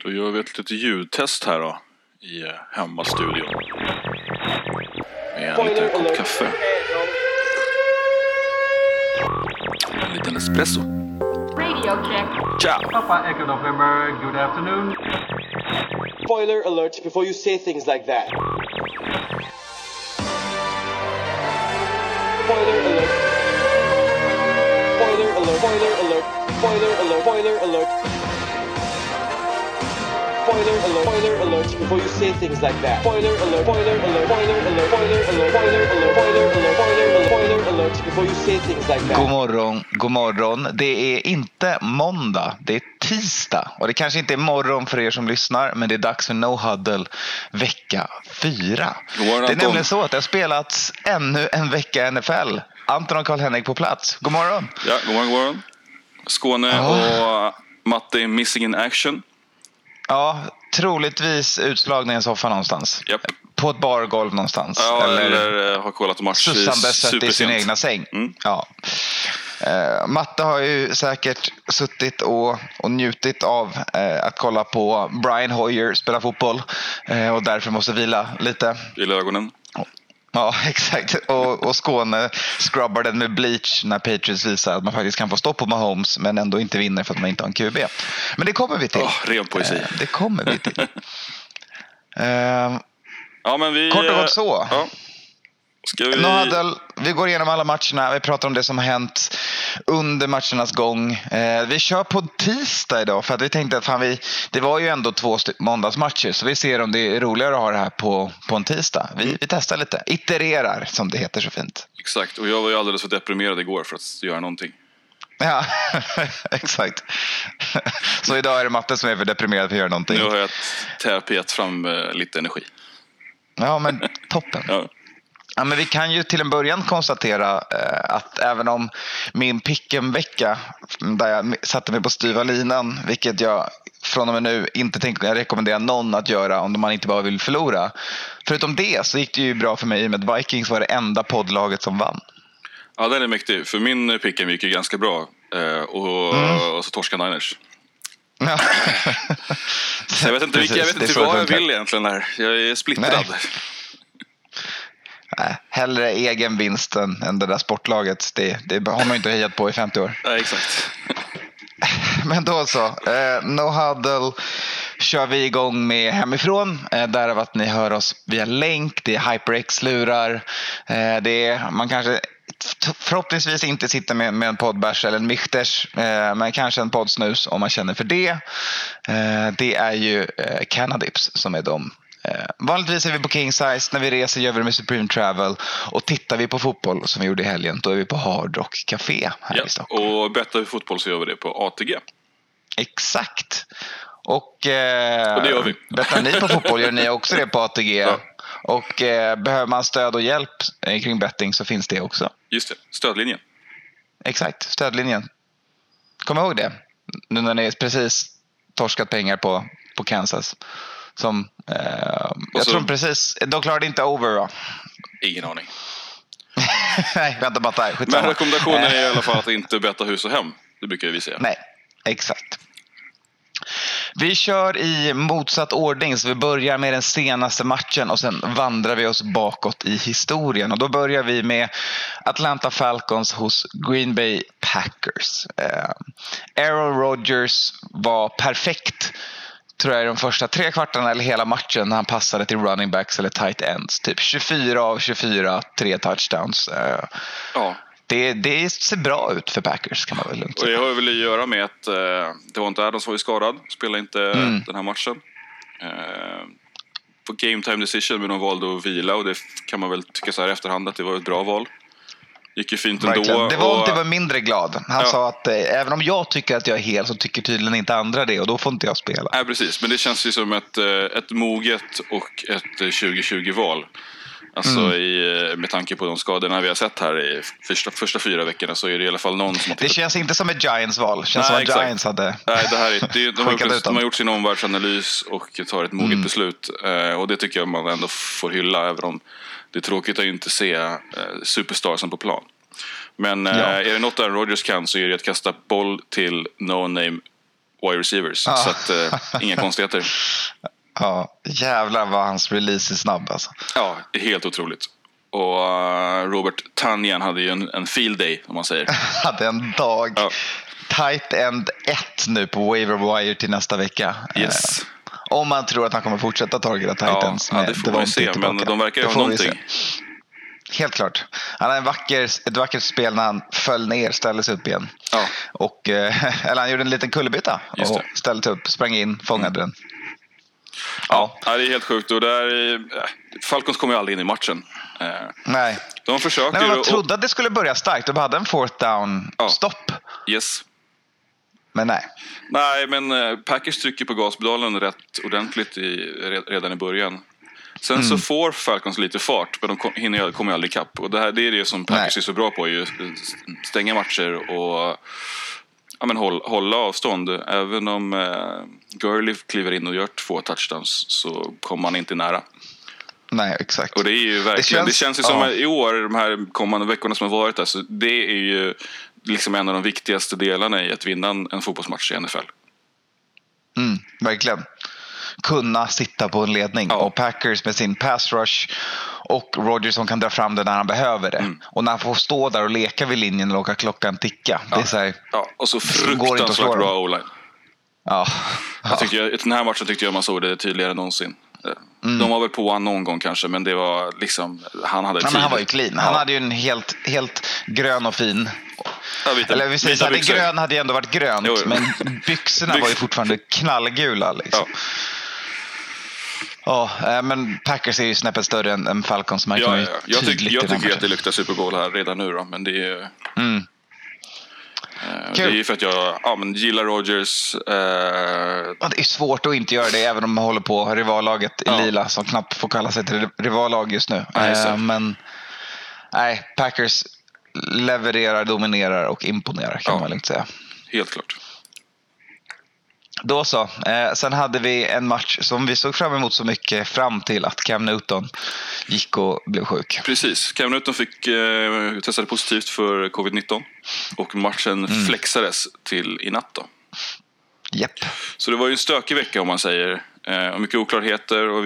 Då gör vi ett litet ljudtest här då i hemmastudion. Med en liten kopp kaffe. En liten espresso. Radio check. Ciao! Papa Echo November, good afternoon. Spoiler alert before you say things like that. Spoiler alert. Spoiler alert. Spoiler alert. Spoiler alert. Spoiler alert. Spoiler alert. Spoiler alert before you say things like that. Spoiler alert. Spoiler alert. Spoiler alert. Spoiler alert. Spoiler alert. Spoiler alert. Spoiler alert. Spoiler alert before you say things like that. God morgon. Det är inte måndag, det är tisdag. Och det kanske inte är morgon för er som lyssnar, men det är dags för No Huddle vecka 4. Det är nämligen så att det har spelats ännu en vecka i NFL. Anton och Karl-Henrik på plats. God morgon. Ja, god morgon. Skåne och Matte missing in action. Ja, troligtvis utslagna i en soffa någonstans. Japp. På ett bargolv någonstans. Ja, eller har kollat match i sin egna säng. Ja. Matte har ju säkert suttit och njutit av att kolla på Brian Hoyer spela fotboll. Och därför måste vila lite. I ögonen. Ja, exakt. Och Skåne scrubbar den med bleach när Patriots visar att man faktiskt kan få stopp på Mahomes men ändå inte vinner för att man inte har en QB. Men det kommer vi till. Ren poesi. Det kommer vi till. Ja, men vi... Kort och gott så. Ja. Vi går igenom alla matcherna. Vi pratar om det som har hänt under matchernas gång. Vi kör på tisdag idag för att vi tänkte att det var ju ändå 2 måndagsmatcher, så vi ser om det är roligare att ha det här på en tisdag. Vi testar lite. Itererar, som det heter så fint. Exakt, och jag var ju alldeles för deprimerad igår för att göra någonting. Ja, exakt. Så idag är det Matte som är för deprimerad för att göra någonting. Nu har jag terapiat fram lite energi. Ja, men toppen. Ja. Ja, men vi kan ju till en början konstatera att även om min pick'em-vecka där jag satte mig på styva linan, vilket jag från och med nu inte tänker rekommendera någon att göra om man inte bara vill förlora. Förutom det så gick det ju bra för mig med att Vikings var det enda poddlaget som vann. Ja, den är mäktig. För min pick'em gick ju ganska bra. Och så torskade Niners. Ja. Så jag vet inte, vad jag vill egentligen här. Jag är splittrad. Nej, hellre egen vinst än det där sportlaget. Det har man ju inte hejat på i 50 år. Nej, exakt. Men då så. No Huddle kör vi igång med hemifrån. Därav att ni hör oss via länk. Det är HyperX-lurar. Man kanske förhoppningsvis inte sitter med en poddbärs eller en michters, men kanske en poddsnus om man känner för det. Det är ju Canadips som är de. Vanligtvis är vi på King Size. När vi reser gör vi det med Supreme Travel. Och tittar vi på fotboll som vi gjorde i helgen, då är vi på Hard Rock Café här i Stockholm. Och bettar vi fotboll så gör vi det på ATG. Exakt. Och det gör vi. Bettar ni på fotboll gör ni också det på ATG. Ja. Och behöver man stöd och hjälp kring betting så finns det också. Just det, stödlinjen. Exakt, stödlinjen. Kom ihåg det. Nu när ni precis torskat pengar på Kansas. Som, jag tror precis, de klarade inte over då. Ingen aning. Nej, vänta bara där. Men rekommendationen är i alla fall att inte betta hus och hem. Det brukar vi säga. Nej, exakt. Vi kör i motsatt ordning, så vi börjar med den senaste matchen och sen vandrar vi oss bakåt i historien. Och då börjar vi med Atlanta Falcons hos Green Bay Packers. Aaron Rodgers var perfekt, tror jag, i de första 3 kvartarna eller hela matchen när han passade till running backs eller tight ends. Typ 24 av 24, 3 touchdowns. Ja. Det ser bra ut för Packers, kan man väl lugnt säga. Och det har väl att göra med att det var inte Adams som var skadad. Spelade inte den här matchen. På game time decision, men de valde att vila. Och det kan man väl tycka så här i efterhand att det var ett bra val. Gick ju fint ändå. Det var inte var mindre glad. Han sa att även om jag tycker att jag är hel så tycker tydligen inte andra det. Och då får inte jag spela. Nej, precis. Men det känns ju som ett moget och ett 2020-val. Alltså med tanke på de skadorna vi har sett här i första 4 veckorna så är det i alla fall någon som har Det känns inte som ett Giants-val. Det känns som att Giants hade... Nej, det här är, de har gjort sin omvärldsanalys och tar ett moget beslut. Och det tycker jag man ändå får hylla, även om det är tråkigt att inte se superstarsen på plan. Men är det något Aaron Rodgers kan så är det att kasta boll till no-name wide receivers. Så att, inga konstigheter. Ja, jävlar vad hans release är snabb alltså. Ja, helt otroligt. Och Robert Tonyan hade ju en field day, om man säger. Hade en dag. Ja. Tight end 1 nu på waiver wire till nästa vecka. Yes. Om man tror att han kommer fortsätta targeta Titans. Ja, det får man ju se, men de verkar ju ha någonting. Helt klart. Han har ett vackert spel när han föll ner, ställde sig upp igen. Ja. Och, eller han gjorde en liten kullerbytta och ställde sig upp, sprang in, fångade den. Ja, det är helt sjukt. Och Falcons kommer ju aldrig in i matchen. Nej. De försöker. Nej, man trodde att det skulle börja starkt. De hade en fourth down stopp. Yes. Men nej. Nej, men Packers trycker på gaspedalen rätt ordentligt redan i början. Sen så får Falcons lite fart, men de kommer aldrig ikapp. Och det är det som Packers är så bra på, ju stänga matcher och hålla avstånd. Även om Gurley kliver in och gör 2 touchdowns så kommer man inte nära. Nej, exakt. Och det är ju verkligen, det känns ju som i år, de här kommande veckorna som har varit, alltså, det är ju liksom en av de viktigaste delarna i att vinna en fotbollsmatch i NFL. Verkligen. Kunna sitta på en ledning. Och Packers med sin pass rush och Rodgers som kan dra fram det när han behöver det. Och när han får stå där och leka vid linjen och låta klockan ticka. Det är så här, och så fruktansvärt bra O-line. Ja. I den här matchen tyckte jag man såg det tydligare än någonsin. De var väl på han någon gång kanske, men det var liksom, han hade tid. Men han var ju clean. Han hade ju en helt grön och fin. Eller vi säger så här, det grön hade ju ändå varit grönt. Jo. Men byxorna var ju fortfarande knallgula liksom. Men Packers är ju snäppet större än Falcons. Jag tycker att det luktar Super Bowl här redan nu då, men det är ju det är ju för att jag gillar Rodgers. Det är svårt att inte göra det, även om man håller på rivallaget i lila som knappt får kalla sig till rivallag just nu. Men Packers levererar, dominerar och imponerar, kan man lugnt säga. Helt klart. Då så. Sen hade vi en match som vi såg fram emot så mycket fram till att Cam Newton gick och blev sjuk. Precis. Cam Newton fick testade positivt för covid-19 och matchen flexades till i natt då. Japp. Så det var ju en stökig vecka, om man säger. Och mycket oklarheter, och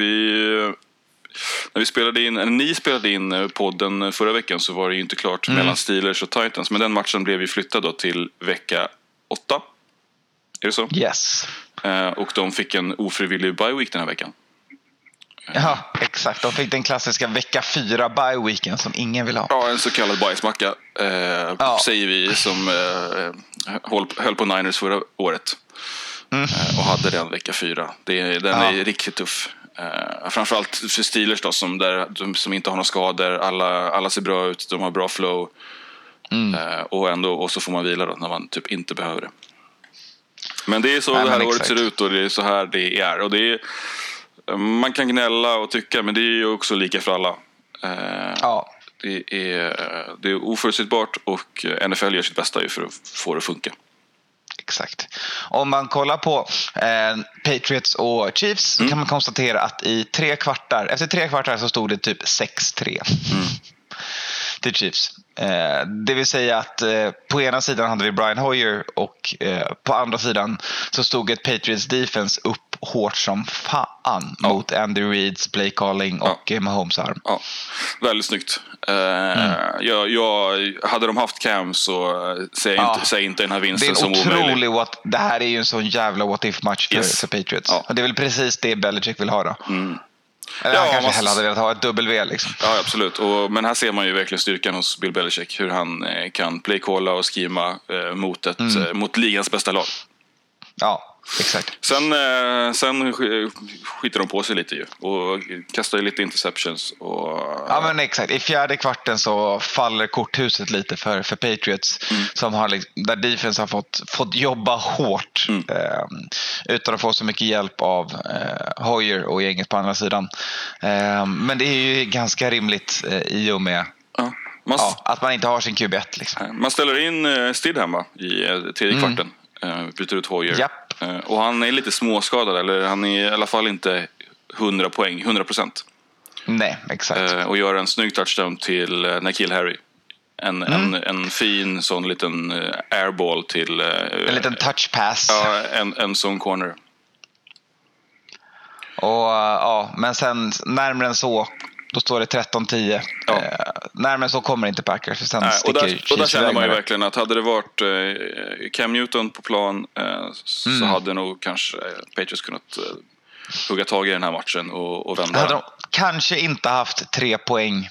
när ni spelade in podden förra veckan så var det ju inte klart mellan Steelers och Titans, men den matchen blev ju flyttad då till vecka 8. Är det så? Yes. Och de fick en ofrivillig bye week den här veckan. Ja, exakt. De fick den klassiska vecka 4 bye weeken som ingen vill ha. Ja, en så kallad bajsmacka säger vi som höll på Niners förra året. Och hade den vecka 4. Den är riktigt tuff. Framförallt för Steelers då, som inte har några skador. Alla ser bra ut, de har bra flow. Och så får man vila då när man typ inte behöver det. Men det är så det här året ser ut, och det är så här det är. Och det är, man kan gnälla och tycka, men det är ju också lika för alla. Det är oförutsägbart, och NFL gör sitt bästa ju för att få det att funka. Exakt. Om man kollar på Patriots och Chiefs så kan man konstatera att efter 3 kvartar så stod det typ 6-3 till Chiefs. Det vill säga att på ena sidan hade vi Brian Hoyer, och på andra sidan så stod ett Patriots defense upp hårt som fan mot Andy Reeds play calling och Mahomes arm. Ja, väldigt snyggt. Hade de haft Cam så säger inte den här vinsten som omöjlig. Det är en otrolig det här är ju en sån jävla what if match för Patriots. Och det är väl precis det Belichick vill ha då. Eller han kanske hellre hade velat ha ett W liksom. Ja, absolut. Men här ser man ju verkligen styrkan hos Bill Belichick. Hur han kan playcalla och schema mot ligans bästa lag. Ja, exakt. Sen skiter de på sig lite ju. Och kastar ju lite interceptions. Ja, men exakt. I fjärde kvarten så faller korthuset lite för Patriots. Som har, där defense har fått jobba hårt. Utan att få så mycket hjälp av Hoyer och gänget på andra sidan. Men det är ju ganska rimligt i och med att man inte har sin QB1 liksom. Man ställer in Stidham i tredje kvarten. Byter ut Hoyer. Japp. Och han är lite småskadad, eller han är i alla fall inte 100%. Nej, exakt. Och gör en snygg touchdown till N'Keal Harry en fin sån liten airball till... en liten touch pass. Ja, en zone corner. Och men sen närmare än så, då står det 13-10. Ja. Närmare än så kommer inte Packers. För sen och där känner man ju verkligen att hade det varit Cam Newton på plan så hade nog kanske Patriots kunnat hugga tag i den här matchen och vända. Hade de kanske inte haft 3 poäng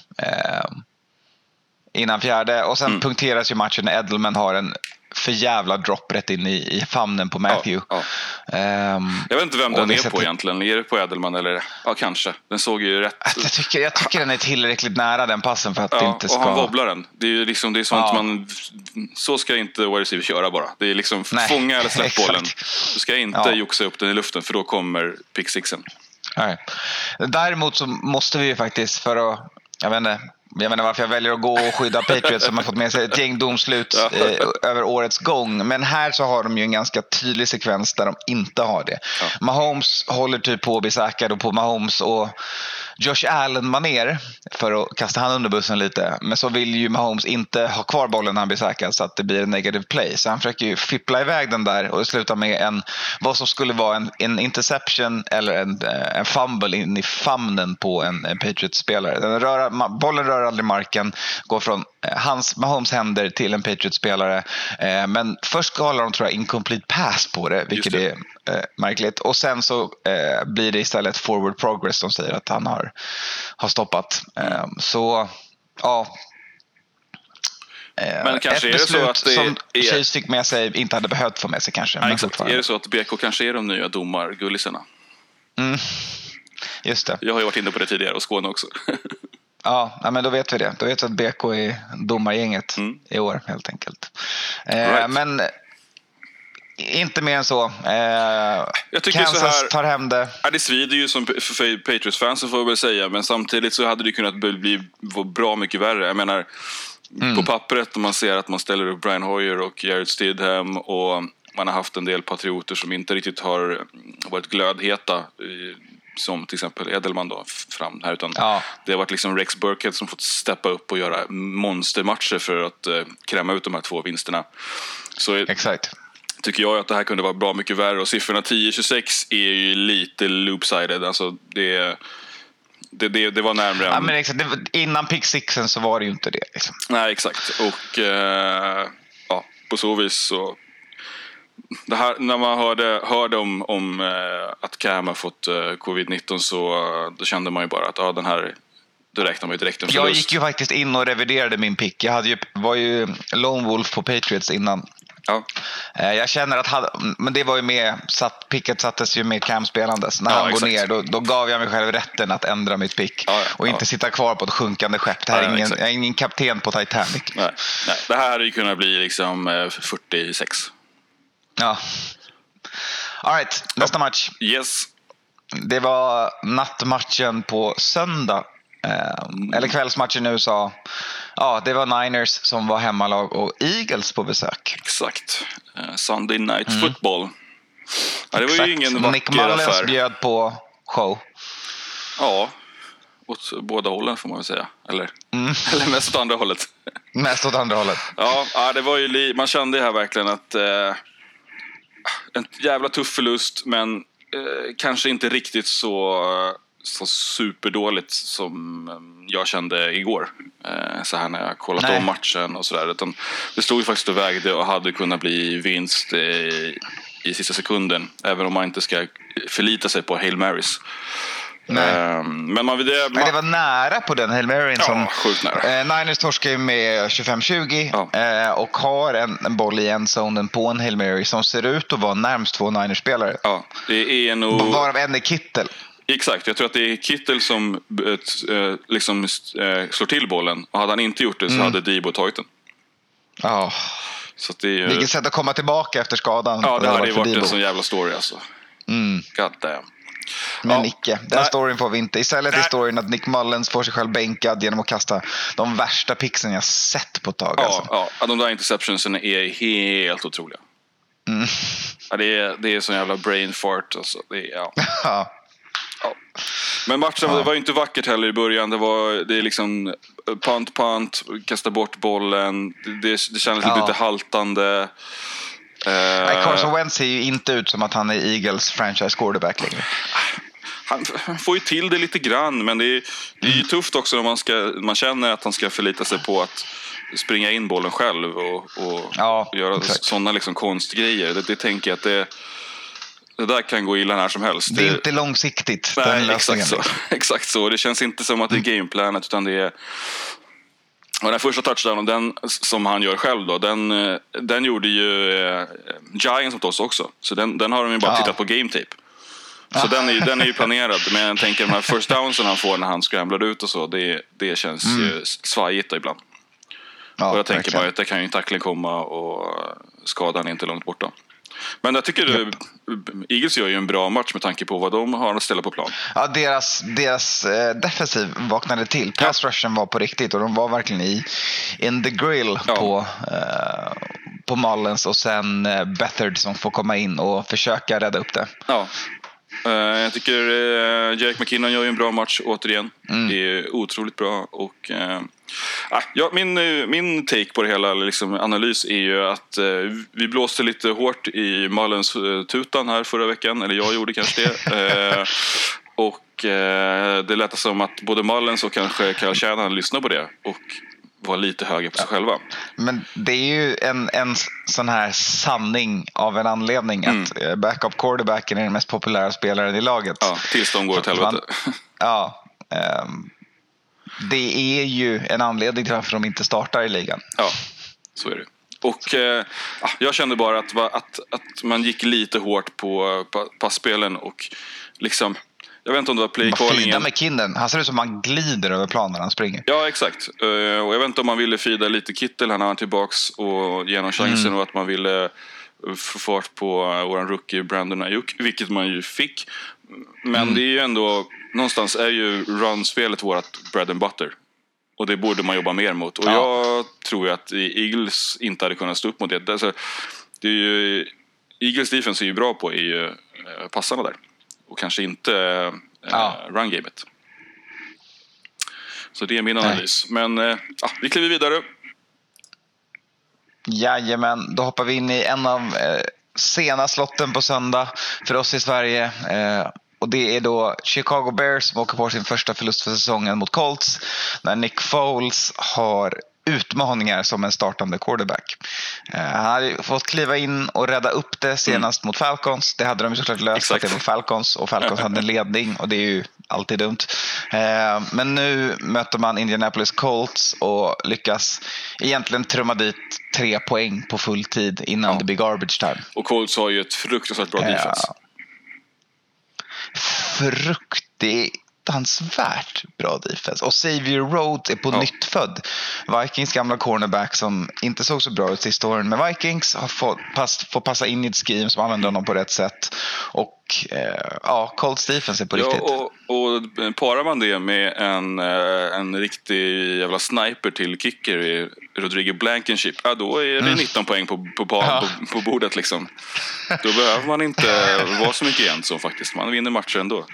innan fjärde. Och sen punkteras ju matchen när Edelman har en för jävla drop rätt in i famnen på Matthew. Ja. Jag vet inte vem den är på egentligen. Är det på Edelman eller? Ja, kanske. Den såg ju rätt... Jag tycker den är tillräckligt nära den passen för att det inte ska... och han wobblar den. Det är ju liksom, det är sånt man... Så ska inte wide receiver köra bara. Det är liksom fånga eller släpp bollen. Du ska inte joxa upp den i luften för då kommer pick sixen. Nej. Däremot så måste vi ju faktiskt för att... Jag vet inte varför jag väljer att gå och skydda Patriots som har fått med sig ett gäng domslut över årets gång. Men här så har de ju en ganska tydlig sekvens där de inte har det. Ja. Mahomes håller typ på att bli säkrad och på Mahomes och Josh Allen maner för att kasta han under bussen lite. Men så vill ju Mahomes inte ha kvar bollen när han blir säkrad så att det blir en negative play. Så han försöker ju fippla iväg den där och det slutar med vad som skulle vara en interception eller en fumble in i famnen på en Patriots-spelare. Bollen rör aldrig marken, går från Mahomes händer till en Patriots-spelare. Men först skalar de tror jag incomplete pass på det, vilket är märkligt. Och sen så blir det istället forward progress som säger att han har stoppat. Så ja. Men kanske är det så att som Chase fick med sig inte hade behövt få med sig kanske. Nej, men är det så att BK kanske är de nya domargullisarna? Just det. Jag har ju varit inne på det tidigare och Skåne också. Ja, men då vet vi det. Då vet vi att BK är domargänget i år helt enkelt. Right. Men inte mer än så. Jag tycker Kansas så här, tar hem det. Ja, det svider ju som för Patriots-fans får jag väl säga. Men samtidigt så hade det kunnat bli bra mycket värre. Jag menar, på pappret om man ser att man ställer upp Brian Hoyer och Jared Stidham och man har haft en del patrioter som inte riktigt har varit glödheta som till exempel Edelman då fram här, utan det har varit liksom Rex Burkhead som fått steppa upp och göra monstermatcher för att kräma ut de här 2 vinsterna. Så exakt. Tycker jag att det här kunde vara bra mycket värre, och siffrorna 10-26 är ju lite loopsided, alltså det var närmare. Ja, men exakt, innan pick sixen så var det ju inte det liksom. Nej, exakt. Och på så vis så det här, när man hörde om att Cam har fått covid-19 så då kände man ju bara att den här, då räknar man ju direkt en förlust. Jag gick ju faktiskt in och reviderade min pick. Jag var ju Lone Wolf på Patriots innan. Ja. Jag känner att men det var ju med picket sattes ju med Cam spelandes. När han går ner då gav jag mig själv rätten att ändra mitt pick och inte sitta kvar på ett sjunkande skepp. Det här jag är ingen kapten på Titanic. Nej. Det här hade ju kunnat bli liksom 46. Ja. All right, nästa match. Yes. Det var nattmatchen på söndag. Eller kvällsmatchen i USA. Ja, det var Niners som var hemmalag och Eagles på besök. Exakt. Sunday Night Football. Ja, det var ju ingen vacker Nick Mullens affär. bjöd på show. Ja, åt båda hållen får man väl säga. Eller mest åt andra hållet. Mest åt andra hållet. Ja, det var ju man kände här verkligen att en jävla tuff förlust, men kanske inte riktigt så superdåligt som jag kände igår. Så här när jag kollat om matchen och sådär. Utan det stod ju faktiskt och vägde och hade kunnat bli vinst i sista sekunden. Även om man inte ska förlita sig på Hail Marys. Men det var nära på den Hail Maryn som sjukt nära. Niners torskar ju med 25-20 och har en boll i endzonen på en Hail Mary som ser ut att vara närmast 2 Niners-spelare. Ja, det är nog... Varav en är Kittel. Exakt, jag tror att det är Kittel som liksom slår till bollen. Och hade han inte gjort det så hade Debo tagit den. Ja. Så det är ju... Vilket sätt att komma tillbaka efter skadan. Ja, det hade ju varit en sån jävla story alltså. God damn. Men icke, den storyn får vi inte. Istället är storyn att Nick Mullens får sig själv bänkad genom att kasta de värsta pixen jag sett på ett tag. Ja, de där interceptionsen är helt otroliga. Ja, det är sån jävla brain fart alltså. Men matchen var ju inte vackert heller i början. Det är liksom punt, kasta bort bollen. Det kändes lite haltande. Carson Wentz ser ju inte ut som att han är Eagles franchise quarterback längre. Han får ju till det lite grann, men det är ju tufft också när man känner att han ska förlita sig på att springa in bollen själv och göra sådana liksom konstgrejer. Det tänker jag att det där kan gå illa när som helst. Det är inte långsiktigt. Nej, exakt så. Det känns inte som att det är gameplanet, utan det är... Och den första touchdownen, den som han gör själv då, den gjorde ju Giants åt oss också. Så den har de ju bara tittat på game tape. Så den är ju planerad. Men jag tänker de här first downsen han får när han scramblar ut och så, det känns ju svajigt ibland. Och jag tänker bara att det kan ju en tackling komma och skadan är inte långt borta. Men jag tycker Eagles gör ju en bra match med tanke på vad de har att ställa på plan. Ja, deras defensiv vaknade till. Pass rushen var på riktigt och de var verkligen in the grill på Mullens och sen Beathard som får komma in och försöka rädda upp det. Ja. Jag tycker Jake McKinnon gör ju en bra match återigen. Det är otroligt bra. Och min take på det hela, liksom analys, är ju att vi blåste lite hårt i Mullens tutan här förra veckan. Eller jag gjorde kanske det. Och det lät som att både Mullens och kanske Kyle Shanahan lyssnade på det och var lite högre på sig själva. Men det är ju en sån här sanning av en anledning att backup quarterbacken är den mest populära spelaren i laget. Ja, tills de går åt helvete. Det är ju en anledning till varför de inte startar i ligan. Ja, så är det. Och jag kände bara att man gick lite hårt på passspelen och liksom... Jag vet inte om det var play-callingen. McKinnon. Han ser ut som man glider över planen när han springer. Ja, exakt. Och jag vet inte om man ville fida lite Kittel när han var tillbaks och ge någon chansen och att man ville få fart på våran rookie Brandon Ayuk, vilket man ju fick. Men det är ju ändå, någonstans är ju run-spelet vårat bread and butter. Och det borde man jobba mer mot. Och jag tror ju att Eagles inte hade kunnat stå upp mot det. Alltså, det är ju, Eagles defense är ju bra på är ju passarna där. Och kanske inte run-gamet. Så det är min analys. Men vi kliver vidare. Jajamän, då hoppar vi in i en av sena slotten på söndag för oss i Sverige. Och det är då Chicago Bears som åker på sin första förlust för säsongen mot Colts. När Nick Foles har utmaningar som en startande quarterback. Han hade fått kliva in och rädda upp det senast mot Falcons. Det hade de ju såklart löst för att det var Falcons. Och Falcons hade en ledning och det är ju alltid dumt. Men nu möter man Indianapolis Colts och lyckas egentligen trumma dit 3 poäng på full tid innan det blir garbage time. Och Colts har ju ett fruktansvärt bra defense. Fruktansvärt bra defense. Och Xavier Rhodes är på nytt född. Vikings gamla cornerback som inte såg så bra ut sista åren. Men Vikings har fått passa in i ett scheme som använder honom på rätt sätt. Och Colts defense är på riktigt. Och parar man det med en riktig jävla sniper till kicker i Rodrigo Blankenship, då är det 19 poäng på bordet liksom. Då behöver man inte vara så mycket igen så faktiskt. Man vinner matcher ändå.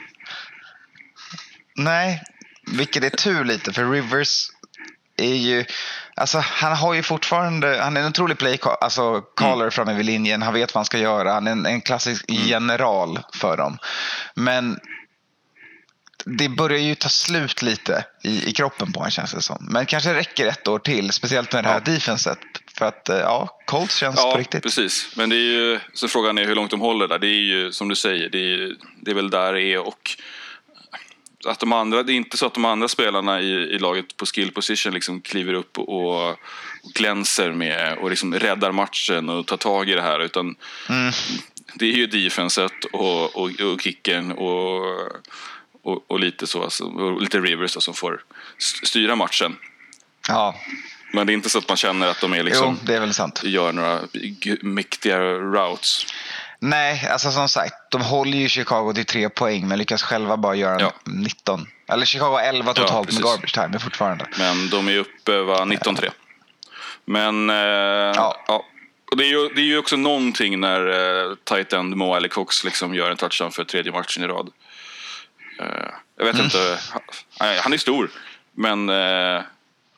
Nej, vilket är tur lite, för Rivers är ju, alltså han har ju fortfarande, han är en otrolig caller framme vid linjen, han vet vad han ska göra, han är en klassisk general för dem. Men det börjar ju ta slut lite i kroppen på honom, känns det som. Men kanske räcker 1 år till, speciellt med det här defenset. För att Colts känns på riktigt. Precis. Men det är ju, så frågan är hur långt de håller där. Det är ju som du säger, det är väl där det är. Och att det är inte så att de andra spelarna i laget på skill position liksom kliver upp och glänser med och liksom räddar matchen och tar tag i det här, utan det är ju defenset och kicken och lite så, alltså, och lite Rivers då, som får styra matchen. Ja. Men det är inte så att man känner att de är liksom, det är väl sant, gör några mäktiga routes. Nej, alltså som sagt, de håller ju Chicago till 3 poäng men lyckas själva bara göra 19. Eller Chicago 11 totalt med garbage time fortfarande. Men de är uppe 19-3. Men och det är ju också någonting när tight end Mo Alley Cox liksom gör en touchdown för 3:e matchen i rad. Jag vet inte, han är stor, men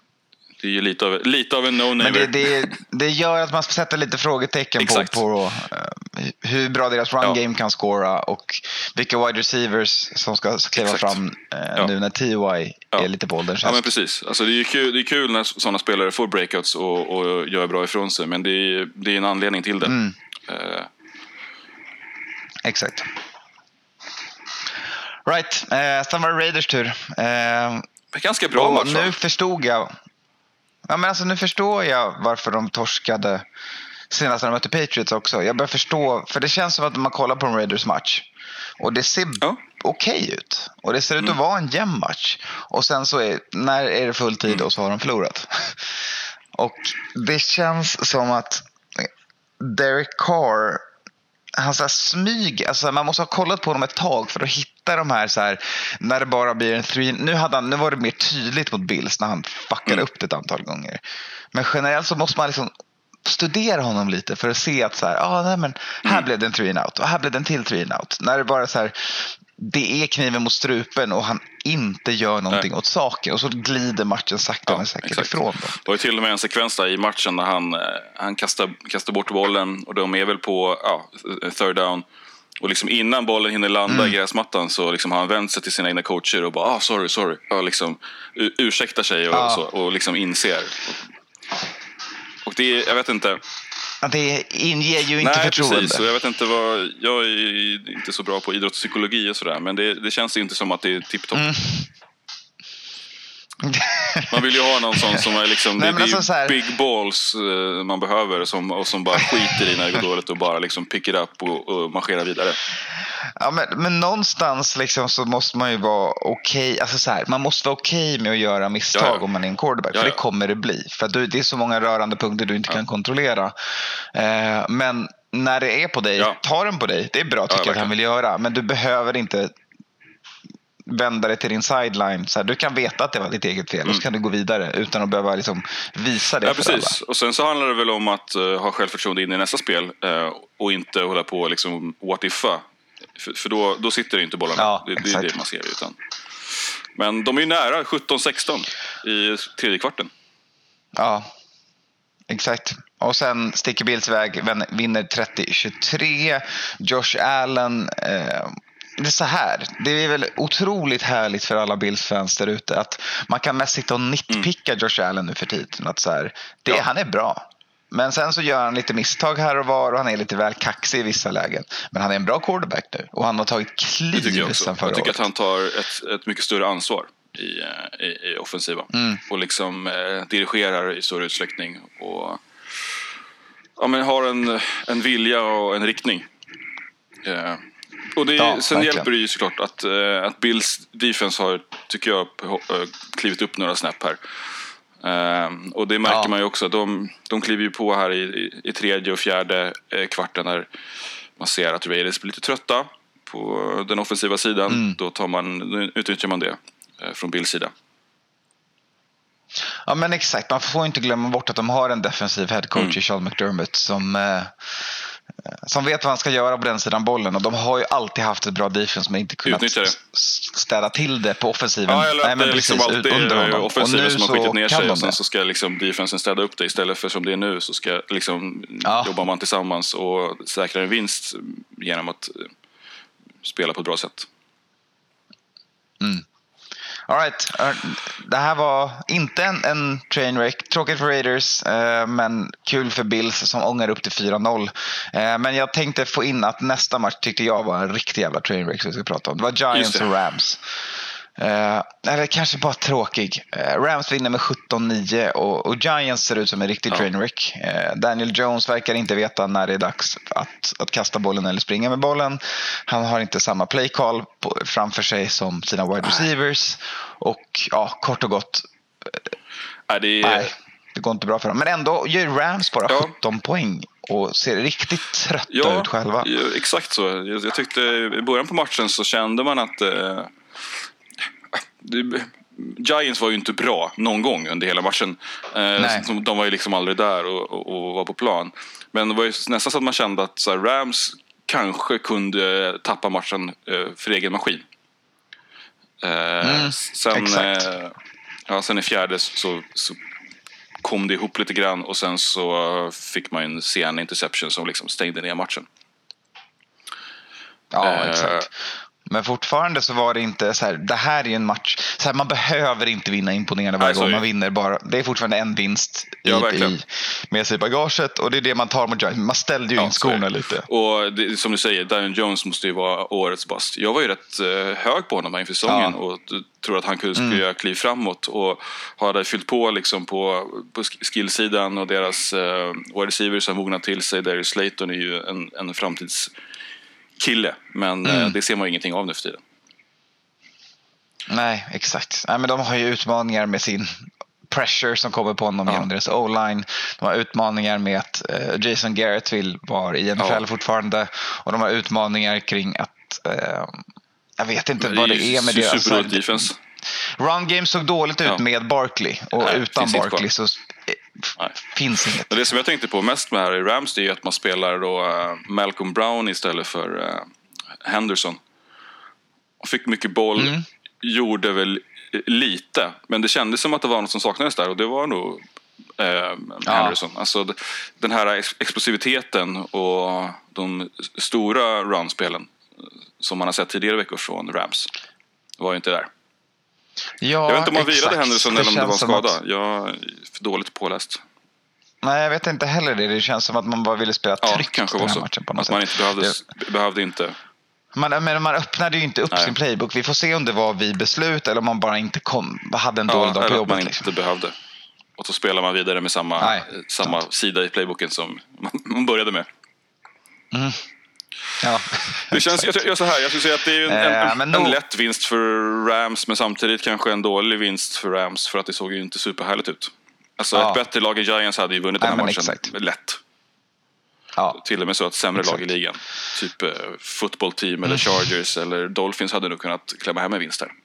Det är ju lite av en no-namer. Men det gör att man sätter lite frågetecken på hur bra deras run-game kan scora och vilka wide receivers som ska kliva fram nu när T.Y. är lite på ålderns. Ja, men precis. Alltså, det är kul när sådana spelare får breakouts och gör bra ifrån sig, men det är en anledning till det. Exakt. Right, sen var det Raiders tur. Ganska bra match. Nu förstod jag. Ja, men alltså, nu förstår jag varför de torskade senast när de mötte Patriots också. Jag börjar förstå, för det känns som att man kollar på en Raiders match och det ser okej ut. Och det ser ut att vara en jämn match. Och sen så när är det full tid och så har de förlorat. Och det känns som att Derek Carr, han så här smyg, alltså man måste ha kollat på dem ett tag för att hitta de här så här, när det bara blir en 3. Nu var det mer tydligt mot Bills när han fuckade upp det ett antal gånger. Men generellt så måste man liksom studera honom lite för att se att så här, men här blev det en 3 and out och här blev det en till 3 and out. När det bara så här, det är kniven mot strupen och han inte gör någonting åt saken och så glider matchen sakta men säkert ifrån dem. Det var till och med en sekvens där i matchen där han kastar bort bollen och de är väl på third down och liksom innan bollen hinner landa i gräsmattan så liksom har han vänt sig till sina egna coacher och bara sorry och liksom ursäktar sig och så och liksom inser. Och det jag vet inte. Det inger ju inte förtroende. Precis. Jag vet inte jag är inte så bra på idrottspsykologi och sådär, men det känns ju inte som att det är tipptopp. Man vill ju ha någon sån som är liksom det är big balls man behöver som bara skiter i när det går dåligt och bara liksom pick it up och marscherar vidare. Ja, men någonstans liksom så måste man ju vara okej. Alltså så här, man måste vara okej med att göra misstag om man är en quarterback. För det kommer det bli. För att det är så många rörande punkter du inte kan kontrollera. Men när det är på dig, ta den på dig. Det är bra tycker jag att han vill göra. Men du behöver inte vända dig till din sideline. Så här, du kan veta att det var ditt eget fel och så kan du gå vidare utan att behöva liksom visa det för precis. Alla. Och sen så handlar det väl om att ha självförtroende in i nästa spel och inte hålla på liksom what if-a. För då sitter det inte bollarna. Det är det man ser utan. Men de är ju nära 17-16 i tredje kvarten. Ja, exakt. Och sen sticker Bills väg, vinner 30-23. Josh Allen, det är så här. Det är väl otroligt härligt för alla Bills-fans där ute att man kan mest sitta och nitpicka Josh Allen nu för tiden. Att så här, han är bra. Men sen så gör han lite misstag här och var och han är lite väl kaxig i vissa lägen. Men han är en bra quarterback nu och han har tagit kliv sen förra året. Jag tycker att han tar ett mycket större ansvar i offensiva och liksom dirigerar i större utsträckning och men har en vilja och en riktning. Och sen hjälper det ju såklart att Bills defense har, tycker jag, klivit upp några snap här. Och det märker man ju också. De kliver ju på här i tredje och fjärde kvarten när man ser att Raiders blir lite trötta på den offensiva sidan. Då utnyttjar man det från Bills sida. Ja, men exakt. Man får inte glömma bort att de har en defensiv headcoach i Sean McDermott som vet vad han ska göra på den sidan bollen. Och de har ju alltid haft ett bra defense men inte kunnat städa till det på offensiven. Nej, men liksom alltid under offensiven som har skitit ner sig och sen så ska liksom defensen städa upp det istället för som det är nu så ska liksom jobbar man tillsammans och säkra en vinst genom att spela på ett bra sätt. All right. Det här var inte en trainwreck. Tråkigt för Raiders, men kul för Bills som ångar upp till 4-0. Men jag tänkte få in att nästa match tyckte jag var en riktig jävla trainwreck som vi ska prata om. Det var Giants och Rams. Eller kanske bara tråkig. Rams vinner med 17-9 och Giants ser ut som en riktig trainwreck. Daniel Jones verkar inte veta när det är dags att kasta bollen eller springa med bollen. Han har inte samma play call framför sig som sina wide receivers. Och kort och gott det går inte bra för dem. Men ändå gör Rams bara 17 poäng och ser riktigt trötta ut själva. Ja, exakt så. Jag tyckte i början på matchen så kände man att Giants var ju inte bra någon gång under hela matchen. De var ju liksom aldrig där och var på plan. Men det var ju nästan så att man kände att så här, Rams kanske kunde tappa matchen för egen maskin. Sen i fjärde så kom det ihop lite grann och sen så fick man en sen interception som liksom stängde ner matchen. Ja, exakt. Men fortfarande så var det inte så här, det här är en match så här, man behöver inte vinna imponerande varje gång man vinner bara. Det är fortfarande en vinst med sig i bagaget och det är det man tar mot Giants. Man ställde ju in skorna lite. Och det, som du säger, Daniel Jones måste ju vara årets bust. Jag var ju rätt hög på honom inför säsongen och tror att han skulle göra kliv framåt och hade fyllt på liksom på skillsidan och deras wide receivers har mognat till sig. Darius Slayton är ju en framtidskille, men det ser man ingenting av nu för tiden. Nej, exakt. Nej, men de har ju utmaningar med sin pressure som kommer på honom genom deras O-line. De har utmaningar med att Jason Garrett vill vara i NFL fortfarande. Och de har utmaningar kring att jag vet inte vad det är med deras defense. Run game såg dåligt ut med Barkley och utan Barkley så finns inget. Det som jag tänkte på mest med här i Rams är att man spelar då Malcolm Brown istället för Henderson. Och fick mycket boll, gjorde väl lite, men det kändes som att det var något som saknades där och det var nog Henderson. Alltså den här explosiviteten och de stora runspelen som man har sett tidigare veckor från Rams var ju inte där. Jag vet inte om man virade Henderson eller om det var skada. Jag är för dåligt påläst. Nej, jag vet inte heller det. Det känns som att man bara ville spela tryck kanske den här så. matchen på något att sätt. Man inte behövde inte. Men man öppnade ju inte upp sin playbook. Vi får se om det var vid beslut eller om man bara inte hade en dålig dag på jobbet. Man inte behövde. Och så spelar man vidare med samma sida i playbooken som man började med. Ja, det känns, jag så här, jag skulle säga att det är en lätt vinst för Rams, men samtidigt kanske en dålig vinst för Rams för att det såg ju inte superhärligt ut. Alltså ett bättre lag i Giants hade ju vunnit den här matchen lätt. Till och med så att sämre lag i ligan, typ football team eller Chargers eller Dolphins hade nog kunnat klämma hem en vinst här.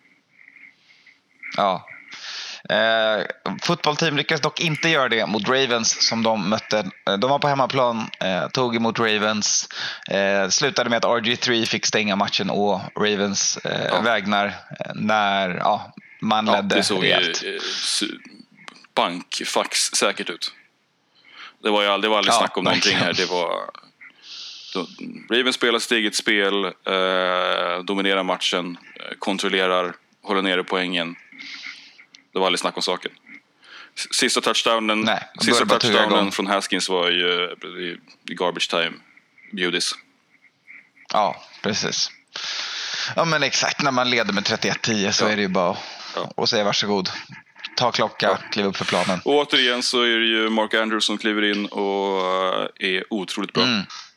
Ja. Fotbollteam lyckades dock inte göra det mot Ravens som de mötte. De var på hemmaplan, tog emot Ravens, slutade med att RG3 fick stänga matchen och Ravens vägnar när man ledde. Det såg ju bankfax säkert ut. Det var aldrig snack om någonting här. Det var Ravens spelar sitt eget spel, dominerar matchen, kontrollerar, håller nere poängen. Det var aldrig snack om saken. Sista touchdownen från Haskins var ju i garbage time beauties. Ja, precis. Ja, men exakt. När man leder med 31-10 så är det ju bara att säga varsågod. Ta klocka, kliva upp för planen. Och återigen så är det ju Mark Andrews som kliver in och är otroligt bra.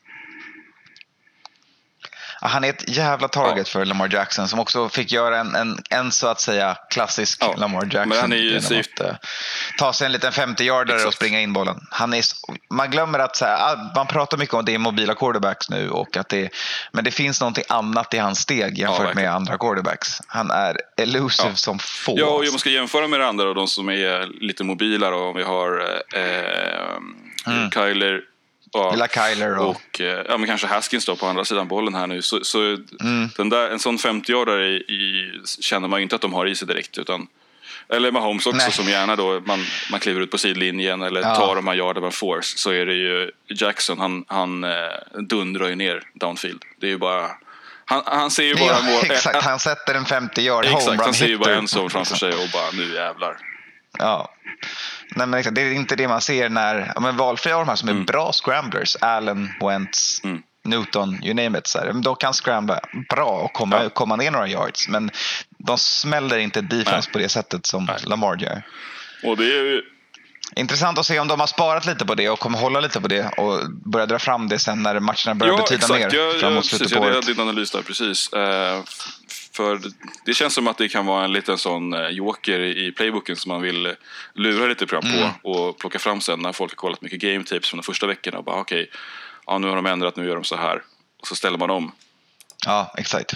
Han är ett jävla target för Lamar Jackson som också fick göra en så att säga klassisk Lamar Jackson. Men han är ju ta sig en liten 50-yardare och springa in bollen. Man glömmer att så här, man pratar mycket om att det är mobila quarterbacks nu och att men det finns någonting annat i hans steg jämfört med andra quarterbacks. Han är elusive som få. Ja, och jag måste jämföra med de andra och de som är lite mobilare. Om vi har Kyler och men kanske Haskins då på andra sidan bollen här nu. Så en sån 50-årare känner man ju inte att de har i sig direkt, utan eller Mahomes också som gärna då man kliver ut på sidlinjen eller tar de här yarder med force, så är det ju Jackson, han dundrar ju ner downfield. Det är ju bara han ser ju bara exakt, han sätter en 50-yard home run. Han ser ju bara en zon framför sig och bara nu jävlar. Ja. Nej, men det är inte det man ser när valfria har de här som är bra scramblers, Allen, Wentz, Newton, you name it, så här. De kan scrambla bra och komma ner några yards, men de smäller inte defense på det sättet som Lamar gör. Och det är ju intressant att se om de har sparat lite på det och kommer hålla lite på det och börja dra fram det sen när matcherna börjar betyda mer framåt slutet på året. Jag din analys där, precis. För det känns som att det kan vara en liten sån joker i playbooken som man vill lura lite på och plocka fram sen när folk har kollat mycket game tapes från de första veckorna och bara okej, nu har de ändrat, nu gör de så här. Och så ställer man om. Ja, exakt.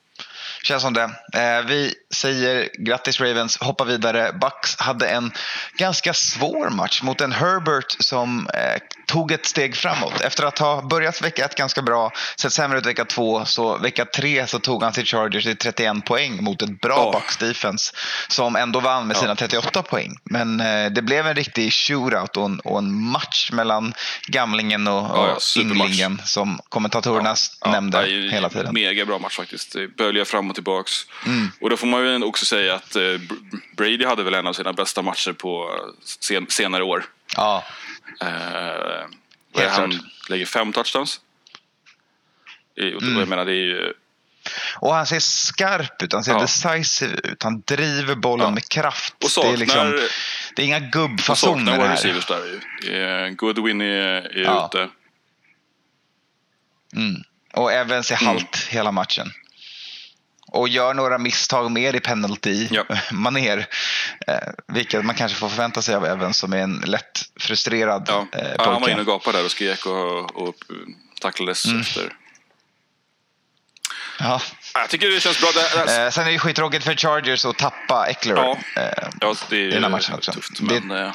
Känns som det. Vi säger grattis Ravens, hoppa vidare. Bucks hade en ganska svår match mot en Herbert som tog ett steg framåt. Efter att ha börjat vecka 1 ganska bra, sett sämre ut vecka 2, så vecka 3 så tog han till Chargers i 31 poäng mot ett bra Bucks defense som ändå vann med sina 38 poäng. Men det blev en riktig shootout och en match mellan gamlingen och ynglingen som kommentatorerna nämnde hela tiden. Mega bra match faktiskt. Det böljar fram och tillbaks. Och då får man ju också säga att Brady hade väl en av sina bästa matcher på senare år. Ja. Han lägger 5 touchdowns. Jag menar, det är ju... Och han ser skarp ut, han ser decisive ut. Han driver bollen med kraft. Och saknar, det är inga gubbfasoner här. Receivers där. Goodwin är ute. Och även ser halt hela matchen. Och gör några misstag mer i penalty-maner. Vilket man kanske får förvänta sig av Evans som är en lätt frustrerad pojke. Han var inne och gapade där och skrek och tacklades efter. Ja. Jag tycker det känns bra. Sen är det skittråkigt för Chargers att tappa Eckler. Det är den här matchen också. Tufft. Men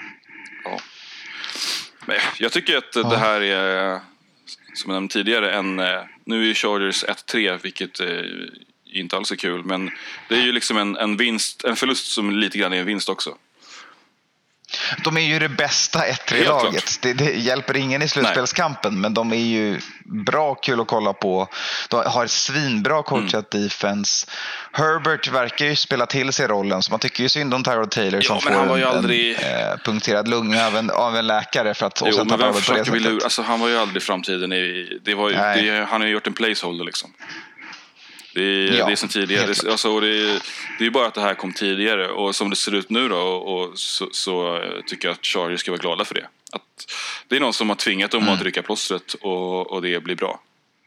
jag tycker att det här är, som jag nämnde tidigare, nu är Chargers 1-3, vilket inte alls är kul, men det är ju liksom en vinst, en förlust som lite grann är en vinst också. De är ju det bästa 1-3-laget. Det hjälper ingen i slutspelskampen, men de är ju bra kul att kolla på. De har svinbra coachat defense. Herbert verkar ju spela till sig rollen, så man tycker ju synd om Tyrod Taylor som får en punkterad lunga av en läkare för att han var ju aldrig framtiden han har ju gjort en placeholder liksom. Det är sen tidigare. Det är bara att det här kom tidigare. Och som det ser ut nu då, och så tycker jag att Chargers ska vara glada för det. Att det är någon som har tvingat dem att rycka plåstret och det blir bra.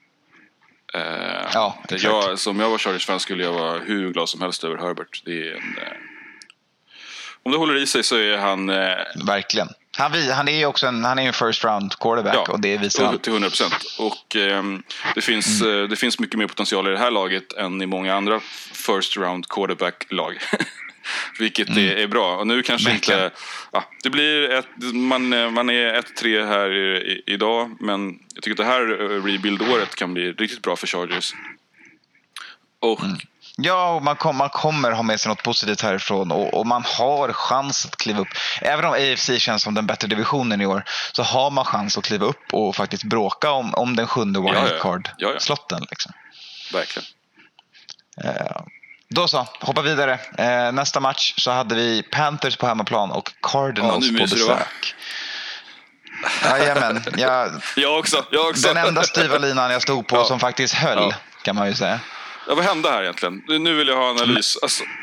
Som jag var Chargers-fan skulle jag vara hur glad som helst över Herbert. Det är om det håller i sig så är han... Verkligen. Han är ju också en first round quarterback och det visar han. Till 100%. Och det finns mycket mer potential i det här laget än i många andra first round quarterback-lag. Vilket är bra. Och nu kanske inte... det blir man är 1-3 här idag, men jag tycker att det här rebuild-året kan bli riktigt bra för Chargers. Och... Ja, och man kommer ha med sig något positivt härifrån och man har chans att kliva upp. Även om AFC känns som den bättre divisionen i år, så har man chans att kliva upp och faktiskt bråka om den 7:e wildcard-slotten. Liksom. Verkligen. Då så, hoppa vidare. Nästa match så hade vi Panthers på hemmaplan och Cardinals på besök. Jajamän. Jag också. Den enda styva linan jag stod på som faktiskt höll, kan man ju säga. Vad hände här egentligen? Nu vill jag ha analys.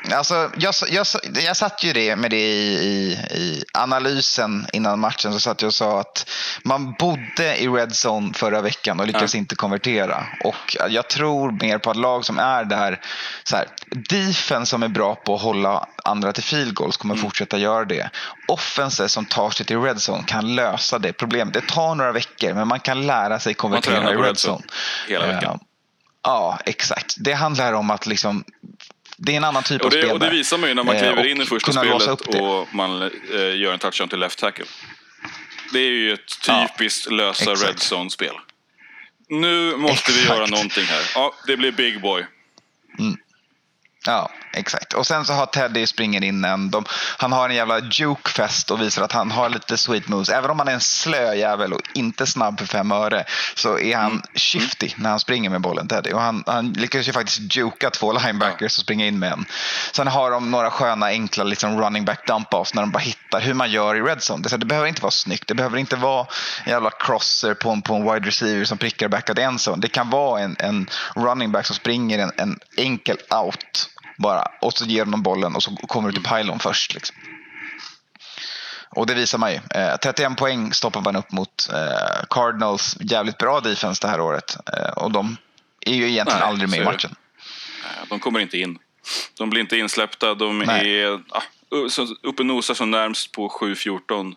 Jag satt ju med det i analysen innan matchen, så satt jag och sa att man bodde i red zone förra veckan och lyckades inte konvertera. Och jag tror mer på att lag som är där, så här, defense som är bra på att hålla andra till field goals kommer fortsätta göra det. Offense som tar sig till red zone kan lösa det problemet. Det tar några veckor, men man kan lära sig konvertera i red zone hela veckan. Ja, exakt. Det handlar om att liksom, det är en annan typ av spel. Och det visar man ju när man kliver in i första spelet och man gör en touchdown till left tackle. Det är ju ett typiskt lösa red zone-spel. Nu måste vi göra någonting här. Ja, det blir big boy. Ja, exakt. Och sen så har Teddy springer in han har en jävla jukefest och visar att han har lite sweet moves. Även om han är en slö jävel och inte snabb för 5 öre, så är han shifty när han springer med bollen, Teddy. Och han lyckas ju faktiskt juka 2 linebackers och springa in med en. Sen har de några sköna, enkla liksom running back dump-offs när de bara hittar hur man gör i red zone. Det behöver inte vara snyggt. Det behöver inte vara en jävla crosser på en wide receiver som prickar backad end zone. Det kan vara en running back som springer en enkel out bara, och så ger de bollen och så kommer du till pylon först liksom. Och det visar man ju. 31 poäng stoppar man upp mot Cardinals jävligt bra defense det här året. Och de är ju egentligen aldrig med i matchen. De kommer inte in. De blir inte insläppta. De är uppe nosar som närmst på 7-14.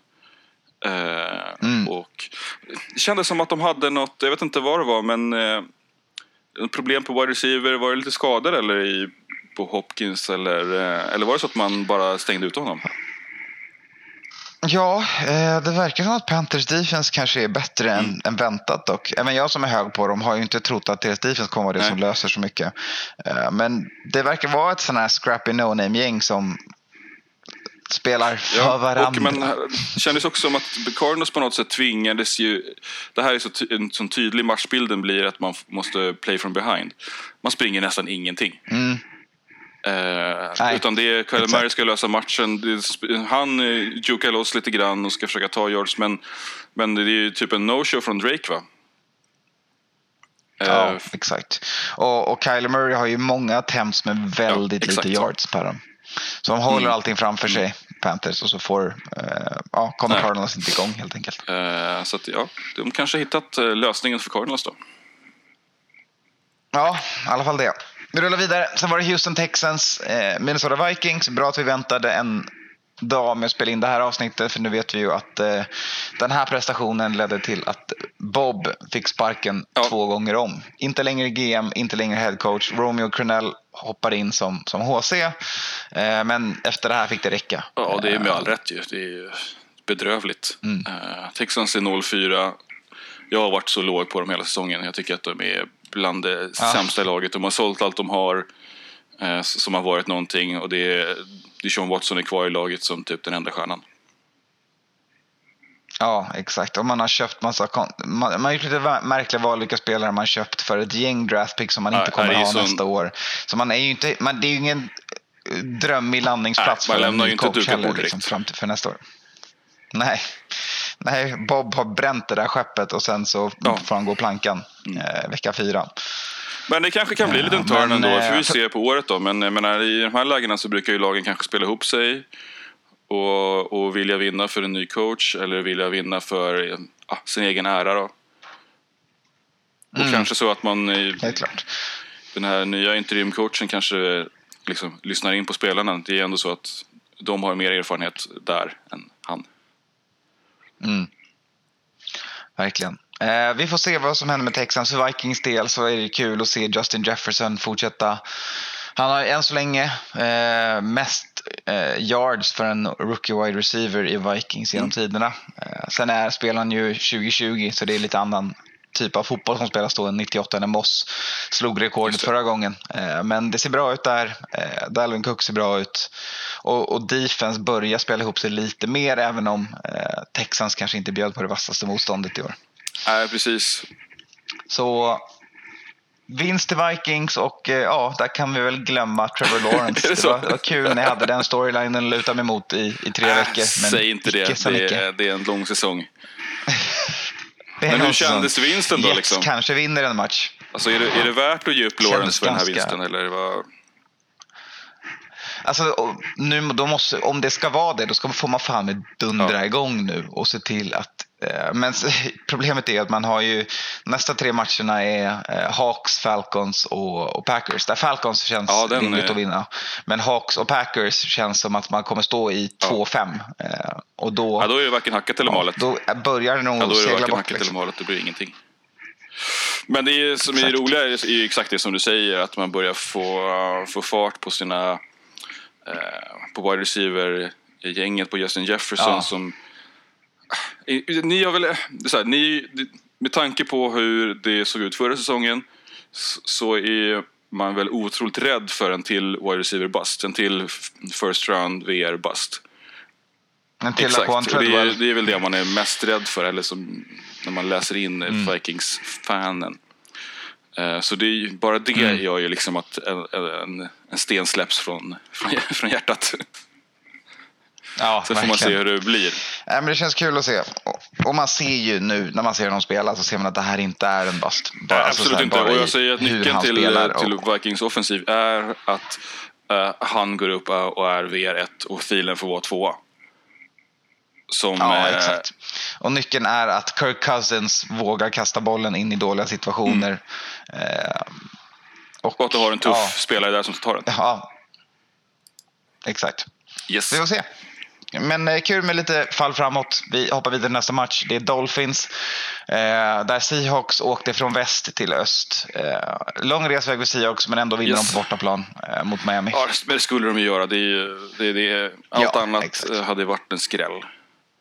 Och det kändes som att de hade något, jag vet inte vad det var, men problem på wide receiver. Var det lite skador eller på Hopkins eller var det så att man bara stängde ut honom? Ja, det verkar som att Panthers defense kanske är bättre än väntat dock. Även jag som är hög på dem har ju inte trott att deras defense kommer vara det som löser så mycket. Men det verkar vara ett sån här scrappy no-name-gäng som spelar för varandra. Men det kändes också som att Cardinals på något sätt tvingades ju. Det här är en sån tydlig matchbilden blir att man måste play from behind. Man springer nästan ingenting. Utan det är Kyle Murray ska lösa matchen. Han jukar loss lite grann och ska försöka ta yards, men det är ju typ en no-show från Drake, va? Ja, exakt. Och Kyle Murray har ju många attempts med väldigt lite yards på dem. Så de håller allting framför sig, Panthers, och så kommer Cardinals inte igång helt enkelt. Så att, de kanske har hittat lösningen för Cardinals då. Ja, i alla fall det. Vi rullar vidare. Sen var det Houston Texans, Minnesota Vikings. Bra att vi väntade en dag med att spela in det här avsnittet, för nu vet vi ju att den här prestationen ledde till att Bob fick sparken 2 gånger om. Inte längre GM, inte längre head coach. Romeo Crennel hoppar in som HC, men efter det här fick det räcka. Ja, det är med all rätt ju. Det är ju bedrövligt. Texans är 0-4. Jag har varit så låg på dem hela säsongen. Jag tycker att de är bland det sämsta laget. De har sålt allt de har som har varit någonting, och det är Sean Watson är kvar i laget som typ den enda stjärnan. Ja, exakt. Och man har köpt man har gjort lite märkliga val vilka spelare man köpt för ett gäng draftpick som man inte kommer ha nästa år. Så man är ju inte, det är ju ingen drömmig landningsplats för en ny coach heller liksom, fram till för nästa år. Nej, Bob har bränt det där skeppet och sen så får han gå plankan vecka 4. Men det kanske kan bli lite en turn ändå, för vi ser på året då. Men jag menar, i de här lägena så brukar ju lagen kanske spela ihop sig och vilja vinna för en ny coach, eller vilja vinna för sin egen ära då. Och kanske så att man den här nya interimcoachen kanske liksom lyssnar in på spelarna. Det är ändå så att de har mer erfarenhet där än han. Verkligen. Vi får se vad som händer med Texans. För Vikings del så är det kul att se Justin Jefferson fortsätta. Han har än så länge mest yards för en rookie wide receiver i Vikings genom tiderna. Sen spelar han ju 2020, så det är lite annan typ av fotboll som spelas då än 98 när Moss slog rekordet förra gången. Men det ser bra ut där. Dalvin Cook ser bra ut. Och defense börjar spela ihop sig lite mer, även om Texans kanske inte bjöd på det vassaste motståndet i år. Nej, precis. Så vinst till Vikings, och där kan vi väl glömma Trevor Lawrence. det var kul när jag hade den storylinen att luta mig emot i 3 veckor. Men säg inte det, det är en lång säsong. Men hur kändes vinsten då? Liksom? Kanske vinner en match. Alltså är det värt att ge upp Lawrence för den här vinsten? Eller vad? Alltså, om det ska vara det, då får man fan med dundra igång nu och se till att men problemet är att man har ju nästa 3 matcherna är Hawks, Falcons och Packers. Där Falcons känns rimligt att vinna, men Hawks och Packers känns som att man kommer stå i 2-5 och då är det varken hackat eller malet. Då börjar det nog segla bort eller malet, det blir ingenting. Men det som är roliga är ju exakt det som du säger, att man börjar få fart på sina på wide receiver gänget, på Justin Jefferson som ni har väl så här, med tanke på hur det såg ut förra säsongen, så är man väl otroligt rädd för en till wide receiver bust, en till first round VR bust. Exakt, och det är väl det man är mest rädd för, eller som när man läser in Vikings-fanen. Så det är bara det gör ju liksom att en sten släpps från hjärtat. Ja, så får man se hur det blir. Men det känns kul att se. Och man ser ju nu när man ser dem spela, så ser man att det här inte är en bust. Absolut inte. Och jag säger att nyckeln till Vikings offensiv är att han går upp och är VR1 och Thielen får vara 2. Exakt. Och nyckeln är att Kirk Cousins vågar kasta bollen in i dåliga situationer. Och att du har en tuff spelare där som tar den. Ja, exakt. Yes. Vi får se. Men kul med lite fall framåt. Vi hoppar vidare till nästa match. Det är Dolphins. Där Seahawks åkte från väst till öst. Lång resväg för Seahawks, men ändå vinner de på bortaplan mot Miami. Ja, men det skulle de ju göra. Allt annat hade varit en skräll.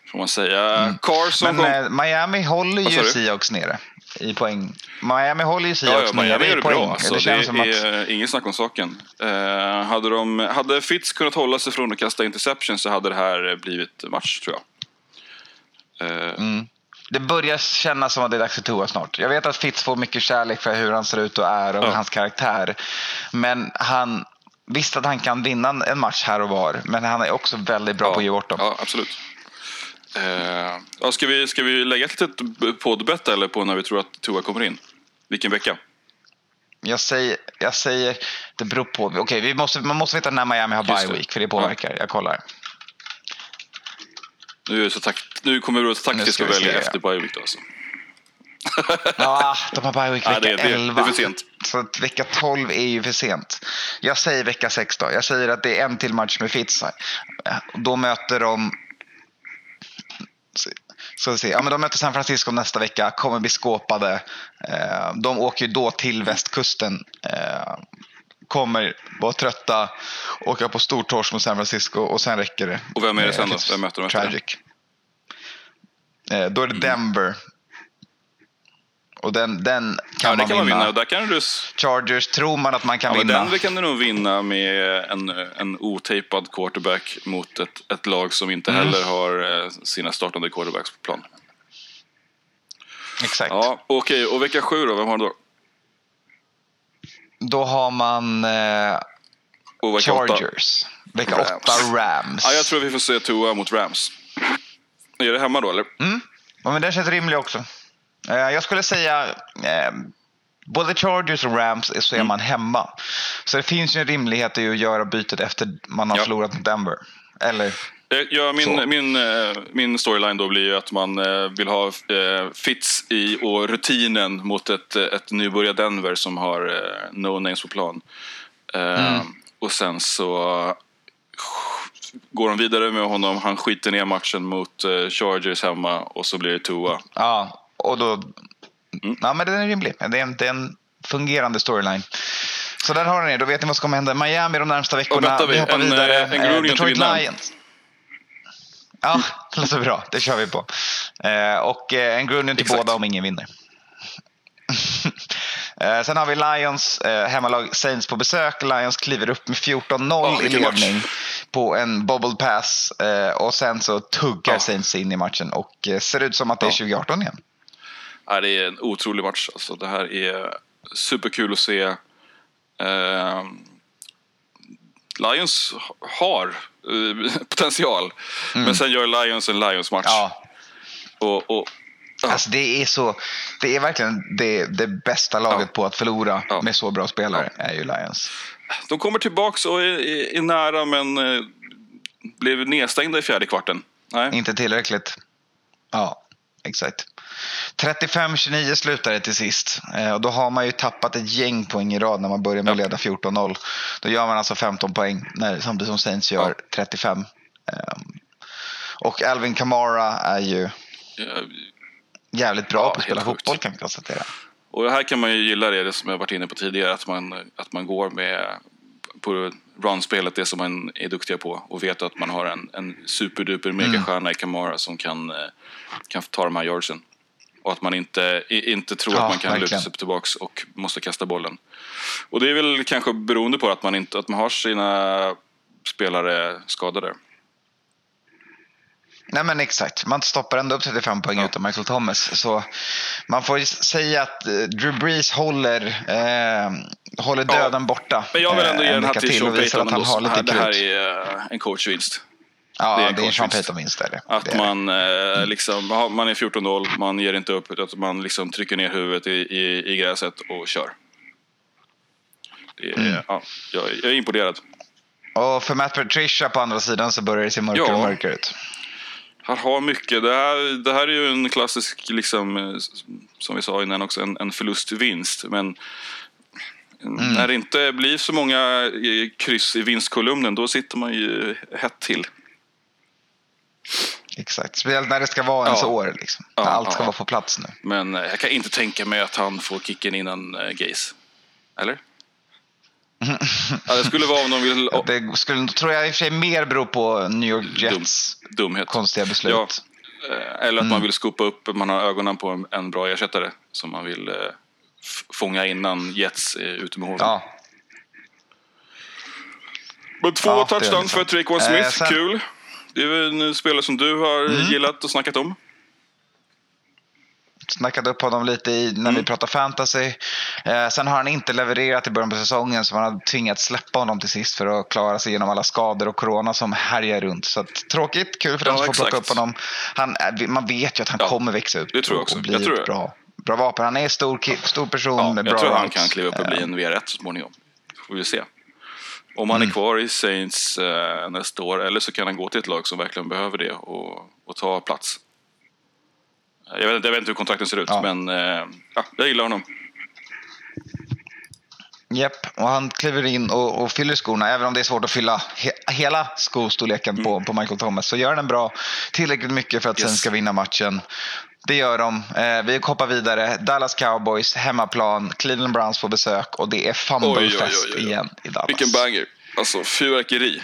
får man säga. Carson men Miami håller ju Seahawks nere i poäng. Miami håller ju Seahawks nere i poäng. Bra, alltså. Det känns som att ingen snack om saken. Hade Fitz kunnat hålla sig från att kasta interception så hade det här blivit match, tror jag. Det börjar kännas som att det är dags för Tua snart. Jag vet att Fitz får mycket kärlek för hur han ser ut och är och hans karaktär. Men han visste att han kan vinna en match här och var. Men han är också väldigt bra på att ge bort dem. Ja, absolut. Ska vi lägga ett litet poddbett eller på när vi tror att Tua kommer in? Vilken vecka? Jag säger det beror på. Okej, man måste veta när Miami har bye week, för det påverkar. Jag kollar. Nu kommer vi att taktiskt välja efter bye week då, alltså. Ja, de har bye week vecka 11. Det är för sent. Så att vecka 12 är ju för sent. Jag säger vecka 6 då. Jag säger att det är en till match med Fitz. Då möter de... Så se. Ja, men de möter San Francisco nästa vecka. Kommer bli skåpade. De åker ju då till västkusten. Kommer vara trötta. Åka på stor torsk mot San Francisco. Och sen räcker det. Och vem är det sen då? Vem möter de efter? Tragic. Då är det Denver. Och den kan man vinna. Och där kan du... Chargers tror man att man kan vinna. Denver kan du nog vinna med en otejpad quarterback mot ett lag som inte heller har sina startande quarterbacks på plan. Exakt. Ja, okej. Och vecka 7 då? Vem har du då? Då har man Chargers. Vecka 8 Rams. Ja, jag tror vi får se Tua mot Rams. Är det hemma då, eller? Ja, men det känns rimligt också. Jag skulle säga både Chargers och Rams så är man hemma. Så det finns ju en rimlighet i att göra bytet efter man har förlorat mot Denver. Eller min storyline då blir ju att man vill ha Fitz i och rutinen mot ett nybörjar Denver som har no names på plan. Och sen så går de vidare med honom. Han skiter ner matchen mot Chargers hemma och så blir det Tua. Ja, och då... Ja, men den är rimlig. Det är en fungerande storyline. Så där har ni det. Då vet ni vad som kommer hända. Miami de närmsta veckorna. Vi hoppar vidare. Detroit Lions. Ja, det låter bra. Det kör vi på. Och en Gruden till båda om ingen vinner. Sen har vi Lions hemmalag Saints på besök. Lions kliver upp med 14-0 i ledning på en bubble pass. Och sen så tuggar Saints in i matchen. Och ser ut som att det är 2018 igen. Ja, det är en otrolig match. Alltså, det här är superkul att se. Lions har potential. Men sen gör Lions en Lions-match. Ja. Alltså det är verkligen det bästa laget på att förlora med så bra spelare är ju Lions. De kommer tillbaka och är nära, men blev nedstängda i fjärde kvarten. Nej. Inte tillräckligt. Ja, exakt. 35-29 slutade till sist. Och då har man ju tappat ett gäng poäng i rad när man börjar med att leda 14-0. Då gör man alltså 15 poäng samtidigt som Saints gör 35. Och Alvin Kamara är ju jävligt bra på att spela fotboll, kan vi konstatera. Och här kan man ju gilla det som jag varit inne på tidigare, att man går med på run-spelet, det som man är duktiga på, och vet att man har en superduper megastjärna i Kamara som kan ta de här yardsen. Och att man inte tror att man kan luta sig tillbaks och måste kasta bollen. Och det är väl kanske beroende på att man har sina spelare skadade. Nej, men exakt. Man stoppar ändå upp 35 poäng utan Michael Thomas. Så man får säga att Drew Brees håller döden borta. Men jag vill ändå ge den här till Sean Payton. Det här är en coachvinst. Ja, det är en Sean Payton-vinst. Att man man är 14-0, man ger inte upp, att man liksom trycker ner huvudet i gräset och kör. Jag är imponerad. Och för Matt Patricia på andra sidan så börjar det se mörkare och mörkare ut. Han har mycket. Det här är ju en klassisk, liksom, som vi sa innan också, en förlustvinst. Men när det inte blir så många kryss i vinstkolumnen, då sitter man ju hett till. Exakt, speciellt när det ska vara ens år. Liksom. Allt ska vara på plats nu. Men jag kan inte tänka mig att han får kicken innan Gaze. Eller? Det skulle vara om de vill... Det skulle, tror jag i och för sig mer beror på New York Jets dumhet. konstiga beslut. Eller att man vill skopa upp, man har ögonen på en bra ersättare som man vill fånga innan Jets är ute med hålen. Ja. Men 2 touchdowns för Tre'Quan Smith, kul. Det är väl en spelare som du har gillat och snackat om. Snackade upp honom lite när vi pratar fantasy. Sen har han inte levererat i början på säsongen, så man har tvingats släppa honom till sist för att klara sig igenom alla skador och corona som härjar runt. Så att, tråkigt, kul för den som får plocka upp honom. Man vet ju att han kommer växa upp och bli ett bra vapen. Han är stor person med bra jag tror han kan kliva upp och bli en V1 så småningom. Får vi se. Om han är kvar i Saints nästa år, eller så kan han gå till ett lag som verkligen behöver det och ta plats. Jag vet inte hur kontrakten ser ut, men jag gillar honom. Japp, och han kliver in och fyller skorna. Även om det är svårt att fylla hela skostorleken på Michael Thomas, så gör den bra tillräckligt mycket för att sen ska vinna matchen. Det gör de. Vi hoppar vidare. Dallas Cowboys, hemmaplan. Cleveland Browns får besök. Och det är fumblefest igen i Dallas. Vilken banger. Alltså, fyrverkeri.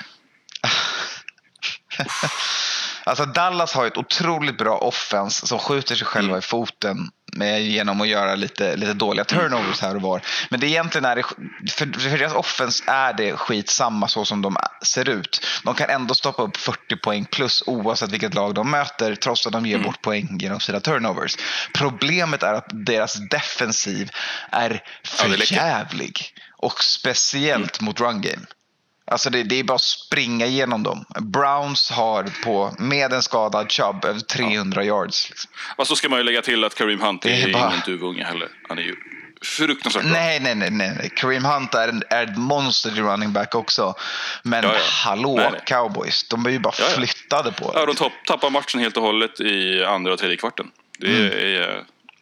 Alltså Dallas har ett otroligt bra offense som skjuter sig själva i foten genom att göra lite dåliga turnovers här och var. Men det egentligen är det, för deras offense är det skitsamma så som de ser ut. De kan ändå stoppa upp 40 poäng plus oavsett vilket lag de möter, trots att de ger bort poäng genom sina turnovers. Problemet är att deras defensiv är för jävlig, och speciellt mot run game. Alltså det är bara att springa igenom dem. Browns har med en skadad Chubb över 300 yards. Liksom. Och så ska man ju lägga till att Kareem Hunt är ingen duvunge heller. Han är ju fruktansvärt bra. Nej. Kareem Hunt är ett monster running back också. Men Cowboys, de är ju bara flyttade på det. Ja, de tappar matchen helt och hållet i andra och tredje kvarten. Det är...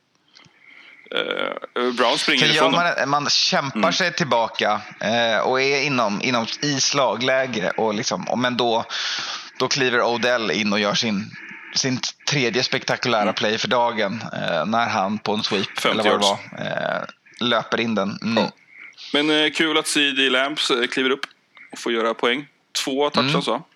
Brown springer ifrån man kämpar sig tillbaka och är inom islagläge och liksom, men då kliver Odell in och gör sin tredje spektakulära play för dagen när han på en sweep eller vad det var löper in den. Men kul att CD Lamps kliver upp och får göra poäng. 2 touchdowns va?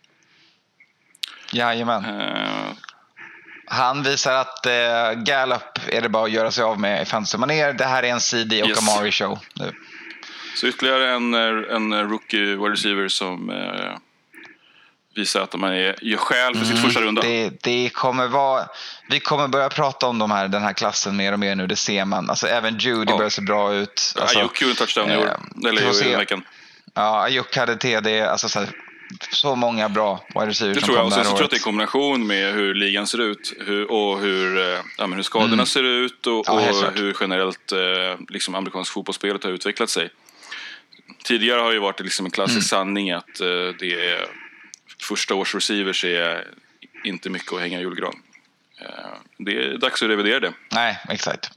Jajamän. Han visar att Gallup är det bara att göra sig av med i fantasy-manér. Det här är en CD och Amari show nu. Så ytterligare en rookie wide receiver som visar att man gör skäl för sitt första runda. Vi kommer börja prata om den här klassen mer och mer nu, det ser man. Alltså även Judy börjar se bra ut. Alltså, Ayuk gjorde en touchdown i år, eller i veckan. Ja, Ayuk hade TD, alltså så många bra wide receivers. Det tror jag. Och så tror jag att det är i kombination med hur ligan ser ut hur skadorna ser ut och hur generellt liksom amerikansk fotbollsspelet har utvecklat sig. Tidigare har ju varit liksom en klassisk sanning att det är första års receivers är inte mycket att hänga i julgran. Det är dags att revidera det. Nej, exakt.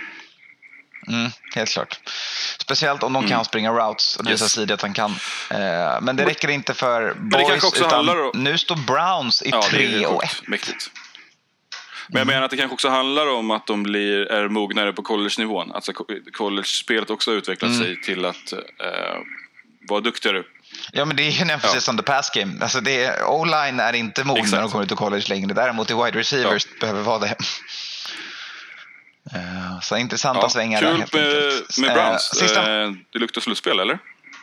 Helt klart. Speciellt om de kan springa routes och visa sidor att han kan. Men det räcker inte för boys, utan nu står Browns i 3-1. Mäktigt. Men jag menar att det kanske också handlar om att de är mognare på college-nivån. Alltså college-spelet också har utvecklat sig till att vara duktigare. Ja, men det är ju precis som the pass game. Alltså O-line är inte mogen när de kommer ut i college längre. Däremot i wide receivers behöver vara det. Så intressanta svängar. Kul med Browns. Det luktar slutspel, eller?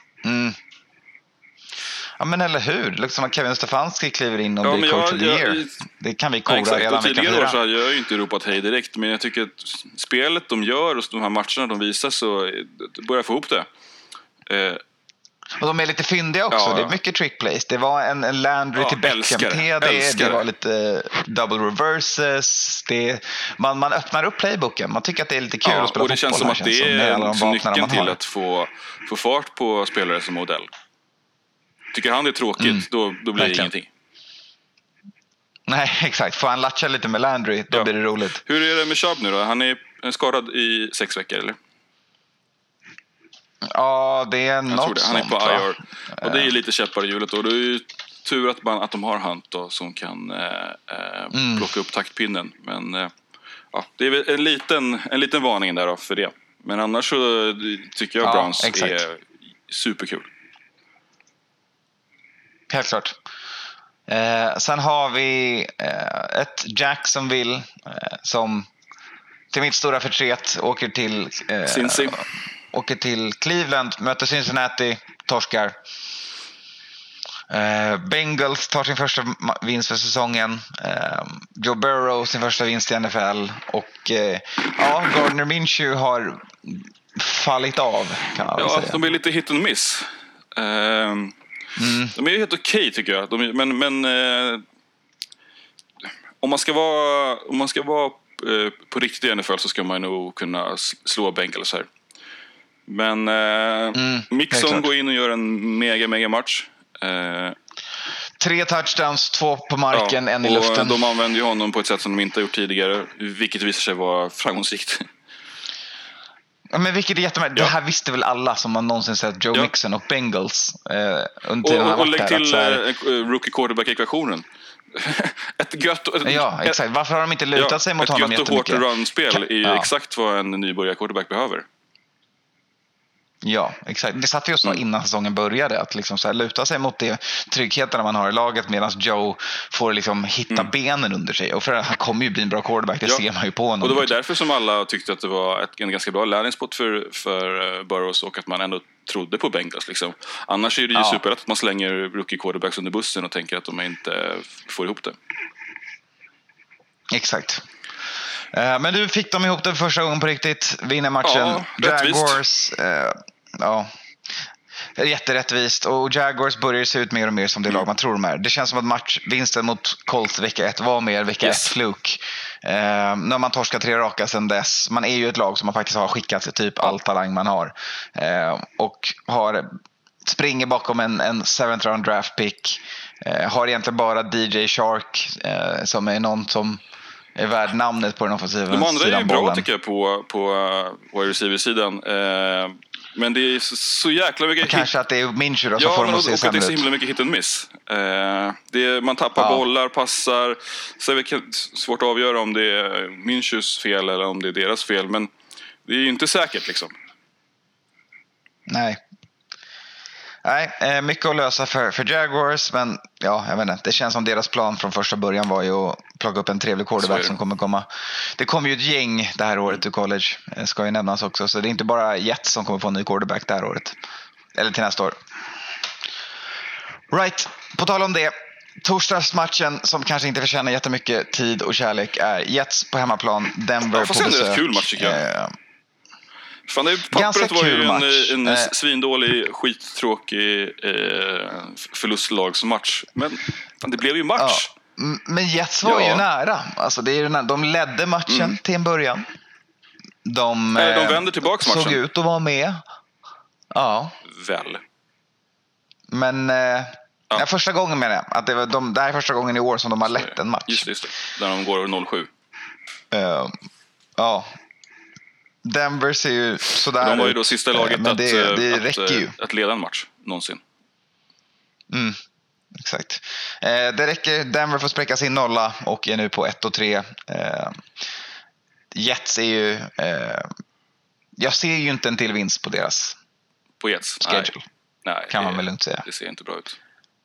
Ja, men eller hur? Liksom att Kevin Stefanski kliver in och blir coach of the year. Det kan vi kora redan vecka 4. Tidigare år så har jag ju inte ropat hej direkt, men jag tycker att spelet de gör och de här matcherna de visar så börjar få ihop det. Och de är lite fyndiga också. Det är mycket trick plays. Det var en Landry till Beckham TD. Det var lite double reverses. Man öppnar upp playbooken. Man tycker att det är lite kul att spela fotboll. Och det känns som att det är nyckeln till att få fart på spelare som Odell. Tycker han det är tråkigt, då blir det ingenting. Nej, exakt. Får han latcha lite med Landry, då blir det roligt. Hur är det med Chubb nu då? Han är skadad i 6 veckor, eller? Ja, det är något sånt. Han är på IR. Och det är lite käppar i hjulet. Och det är ju tur att de har Hunt då, som kan plocka upp taktpinnen. Men det är väl en liten varning där då för det. Men annars så tycker jag Browns är superkul. Helt klart. Sen har vi ett Jacksonville som till mitt stora förtret åker till Cleveland, möter Cincinnati, torskar. Bengals tar sin första vinst för säsongen. Joe Burrow sin första vinst i NFL. Och Gardner Minshew har fallit av, kan man väl säga. De är lite hit and miss. De är helt okej, tycker jag. Men om man ska vara på riktigt i NFL så ska man nog kunna slå Bengals här. Men Mixon går in och gör en mega match. 3 touchdowns, 2 på marken, en i luften. De använder ju honom på ett sätt som de inte har gjort tidigare, vilket visar sig vara framgångsrikt. Ja, men vilket är jättemärkt. Det här visste väl alla som har någonsin sett Joe Mixon och Bengals och lägg till rookie quarterback-ekvationen. Exakt. Varför har de inte lutat sig mot honom jättemycket? Ett gött och hårt run-spel är exakt vad en nybörjar-quarterback behöver. Ja, exakt. Det satt vi och sa innan säsongen började, att liksom så här luta sig mot det tryggheten man har i laget, medan Joe får liksom hitta benen under sig. Och för han kommer ju bli en bra quarterback, det ser man ju på honom. Och det var ju därför som alla tyckte att det var en ganska bra lärlingspott för Burrows, och att man ändå trodde på Bengals liksom. Annars är det ju superlätt att man slänger rookie quarterbacks under bussen och tänker att de inte får ihop det. Exakt. Men du fick dem ihop det för första gången på riktigt. Vinner matchen. Jaguars. Jätterättvist. Och Jaguars börjar se ut mer och mer som det lag man tror de är. Det känns som att vinsten mot Colts vecka 1 var mer vecka 1 fluk. När man torskar 3 raka sedan dess. Man är ju ett lag som man faktiskt har skickat sig typ all talang man har. Och springer bakom en 7th round draft pick. Har egentligen bara DJ Shark som är någon som är värd namnet på den offensiva sidan. De andra är ju bra, tycker jag, på wide receiver-sidan. Men det är så jäkla mycket kanske att det är Minshew som får dem att se sämre ut. Ja, och det är så himla mycket hit and miss. Man tappar bollar, passar. Så det är svårt att avgöra om det är Minshews fel eller om det är deras fel. Men det är ju inte säkert liksom. Nej, mycket att lösa för Jaguars, men jag vet inte, det känns som deras plan från första början var ju att plocka upp en trevlig quarterback som kommer komma. Det kommer ju ett gäng det här året till college, ska ju nämnas också, så det är inte bara Jets som kommer få en ny quarterback det här året, eller till nästa år. Right, på tal om det, torsdagsmatchen som kanske inte förtjänar jättemycket tid och kärlek är Jets på hemmaplan, Denver på besök. Det är en kul match, tycker jag. Fan, pappret var ju en svindålig, skittråkig förlustlagsmatch. Men fan, det blev ju match. Men Jets var ju nära. Alltså, de ledde matchen till en början. De vände tillbaka matchen. Såg ut att vara med. Ja. Väl. Men första gången menar jag. Att det här är första gången i år som de har lett en match. Just det. Där de går 0-7. Ja. Denver ser ju sådär. De var ju då sista laget att leda en match någonsin. Exakt. Det räcker. Denver får spräcka sin nolla och är nu på 1-3. Jets är ju jag ser ju inte en till vinst på deras schedule. Nej, kan man väl inte säga. Det ser inte bra ut.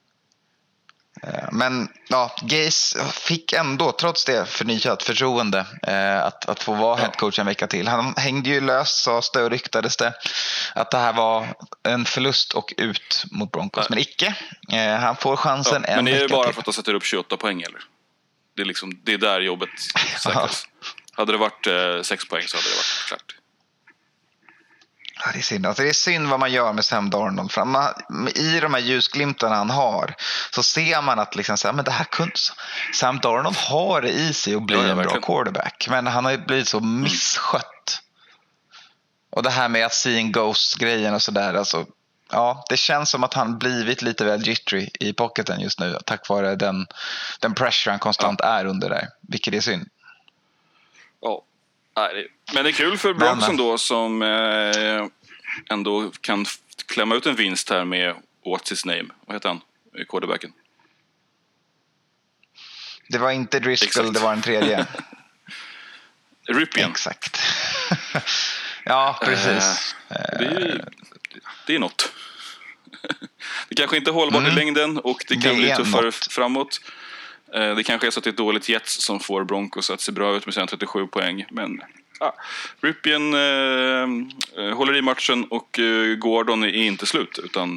Men Gase fick ändå trots det förnyat förtroende att få vara headcoach en vecka till. Han hängde ju lös, sades det och ryktades det att det här var en förlust och ut mot Broncos. Men icke. Han får chansen en vecka till. Men det är bara för att de sätter upp 28 poäng eller? Det är där jobbet säkras. Hade det varit 6 poäng så hade det varit klart. Ja, det är synd. Alltså, det är synd vad man gör med Sam Darnold. I de här ljusglimtarna han har så ser man att liksom, så här, men det här Sam Darnold har det i sig att bli en bra quarterback. Men han har ju blivit så misskött. Och det här med att seeing ghost-grejen och sådär. Alltså, det känns som att han blivit lite väl jittery i pocketen just nu. Tack vare den pressure han konstant är under där. Vilket är synd. Ja. Men det är kul för Broncos då som ändå kan klämma ut en vinst här med what's his name? Vad heter han? Quarterbacken. Det var inte Driscoll, det var en tredje. Ripien. Exakt. Ja, precis. Det är något. Det kanske inte är hållbart i längden och det kan bli tuffare framåt. Det kanske är så att det är ett dåligt Jets som får Broncos att se bra ut med sina 37 poäng. Men Rypien håller i matchen och Gordon är inte slut utan...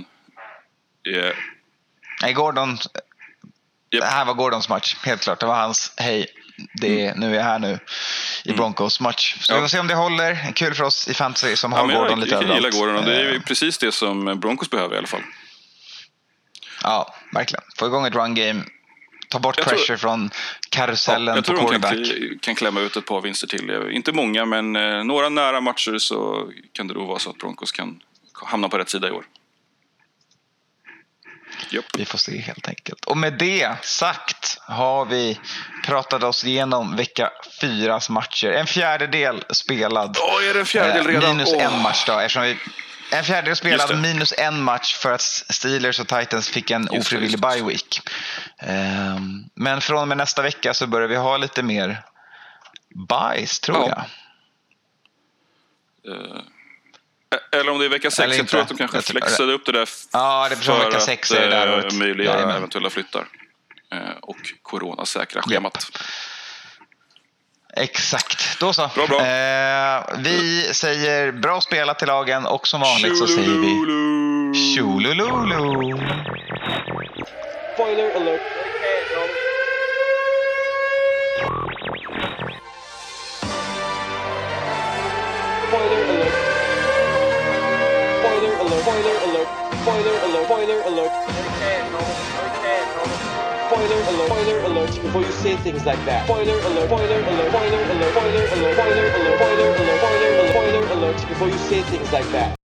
Nej, Gordon... Yep. Det här var Gordons match, helt klart. Det var hans, nu är jag här nu i Broncos match. Så vi får se om det håller. Kul för oss i fantasy som har Gordon lite överallt. Jag gillar Gordon och det är ju precis det som Broncos behöver i alla fall. Ja, verkligen. Få igång ett run game. Ta bort pressure från karusellen på quarterback. Jag tror de kan klämma ut ett par vinster till. Inte många, men några nära matcher så kan det då vara så att Broncos kan hamna på rätt sida i år. Yep. Vi får se helt enkelt. Och med det sagt har vi pratat oss igenom vecka 4:s matcher. En fjärdedel spelad. Är det en fjärdedel redan? Minus en match då. En fjärdedel spelad minus en match för att Steelers och Titans fick en ofrivillig bye week. Men från och med nästa vecka så börjar vi ha lite mer byes, tror jag. Eller om det är vecka 6, jag tror att de kanske flexade upp det där det för vecka 6 är det där möjliga eventuella flyttar och coronasäkra schemat. Exakt, då så. Bra. Vi säger bra spelat till lagen och som vanligt så säger vi tjolululu. Spoiler alert. Spoiler alert. Spoiler alert. Spoiler alert. Spoiler alert. Spoiler alert. Spoiler alert. Spoiler alert before you say things like that. Spoiler alert. Spoiler alert. Spoiler alert. Spoiler alert. Spoiler alert. Spoiler alert. Spoiler alert. Spoiler alert before you say things like that.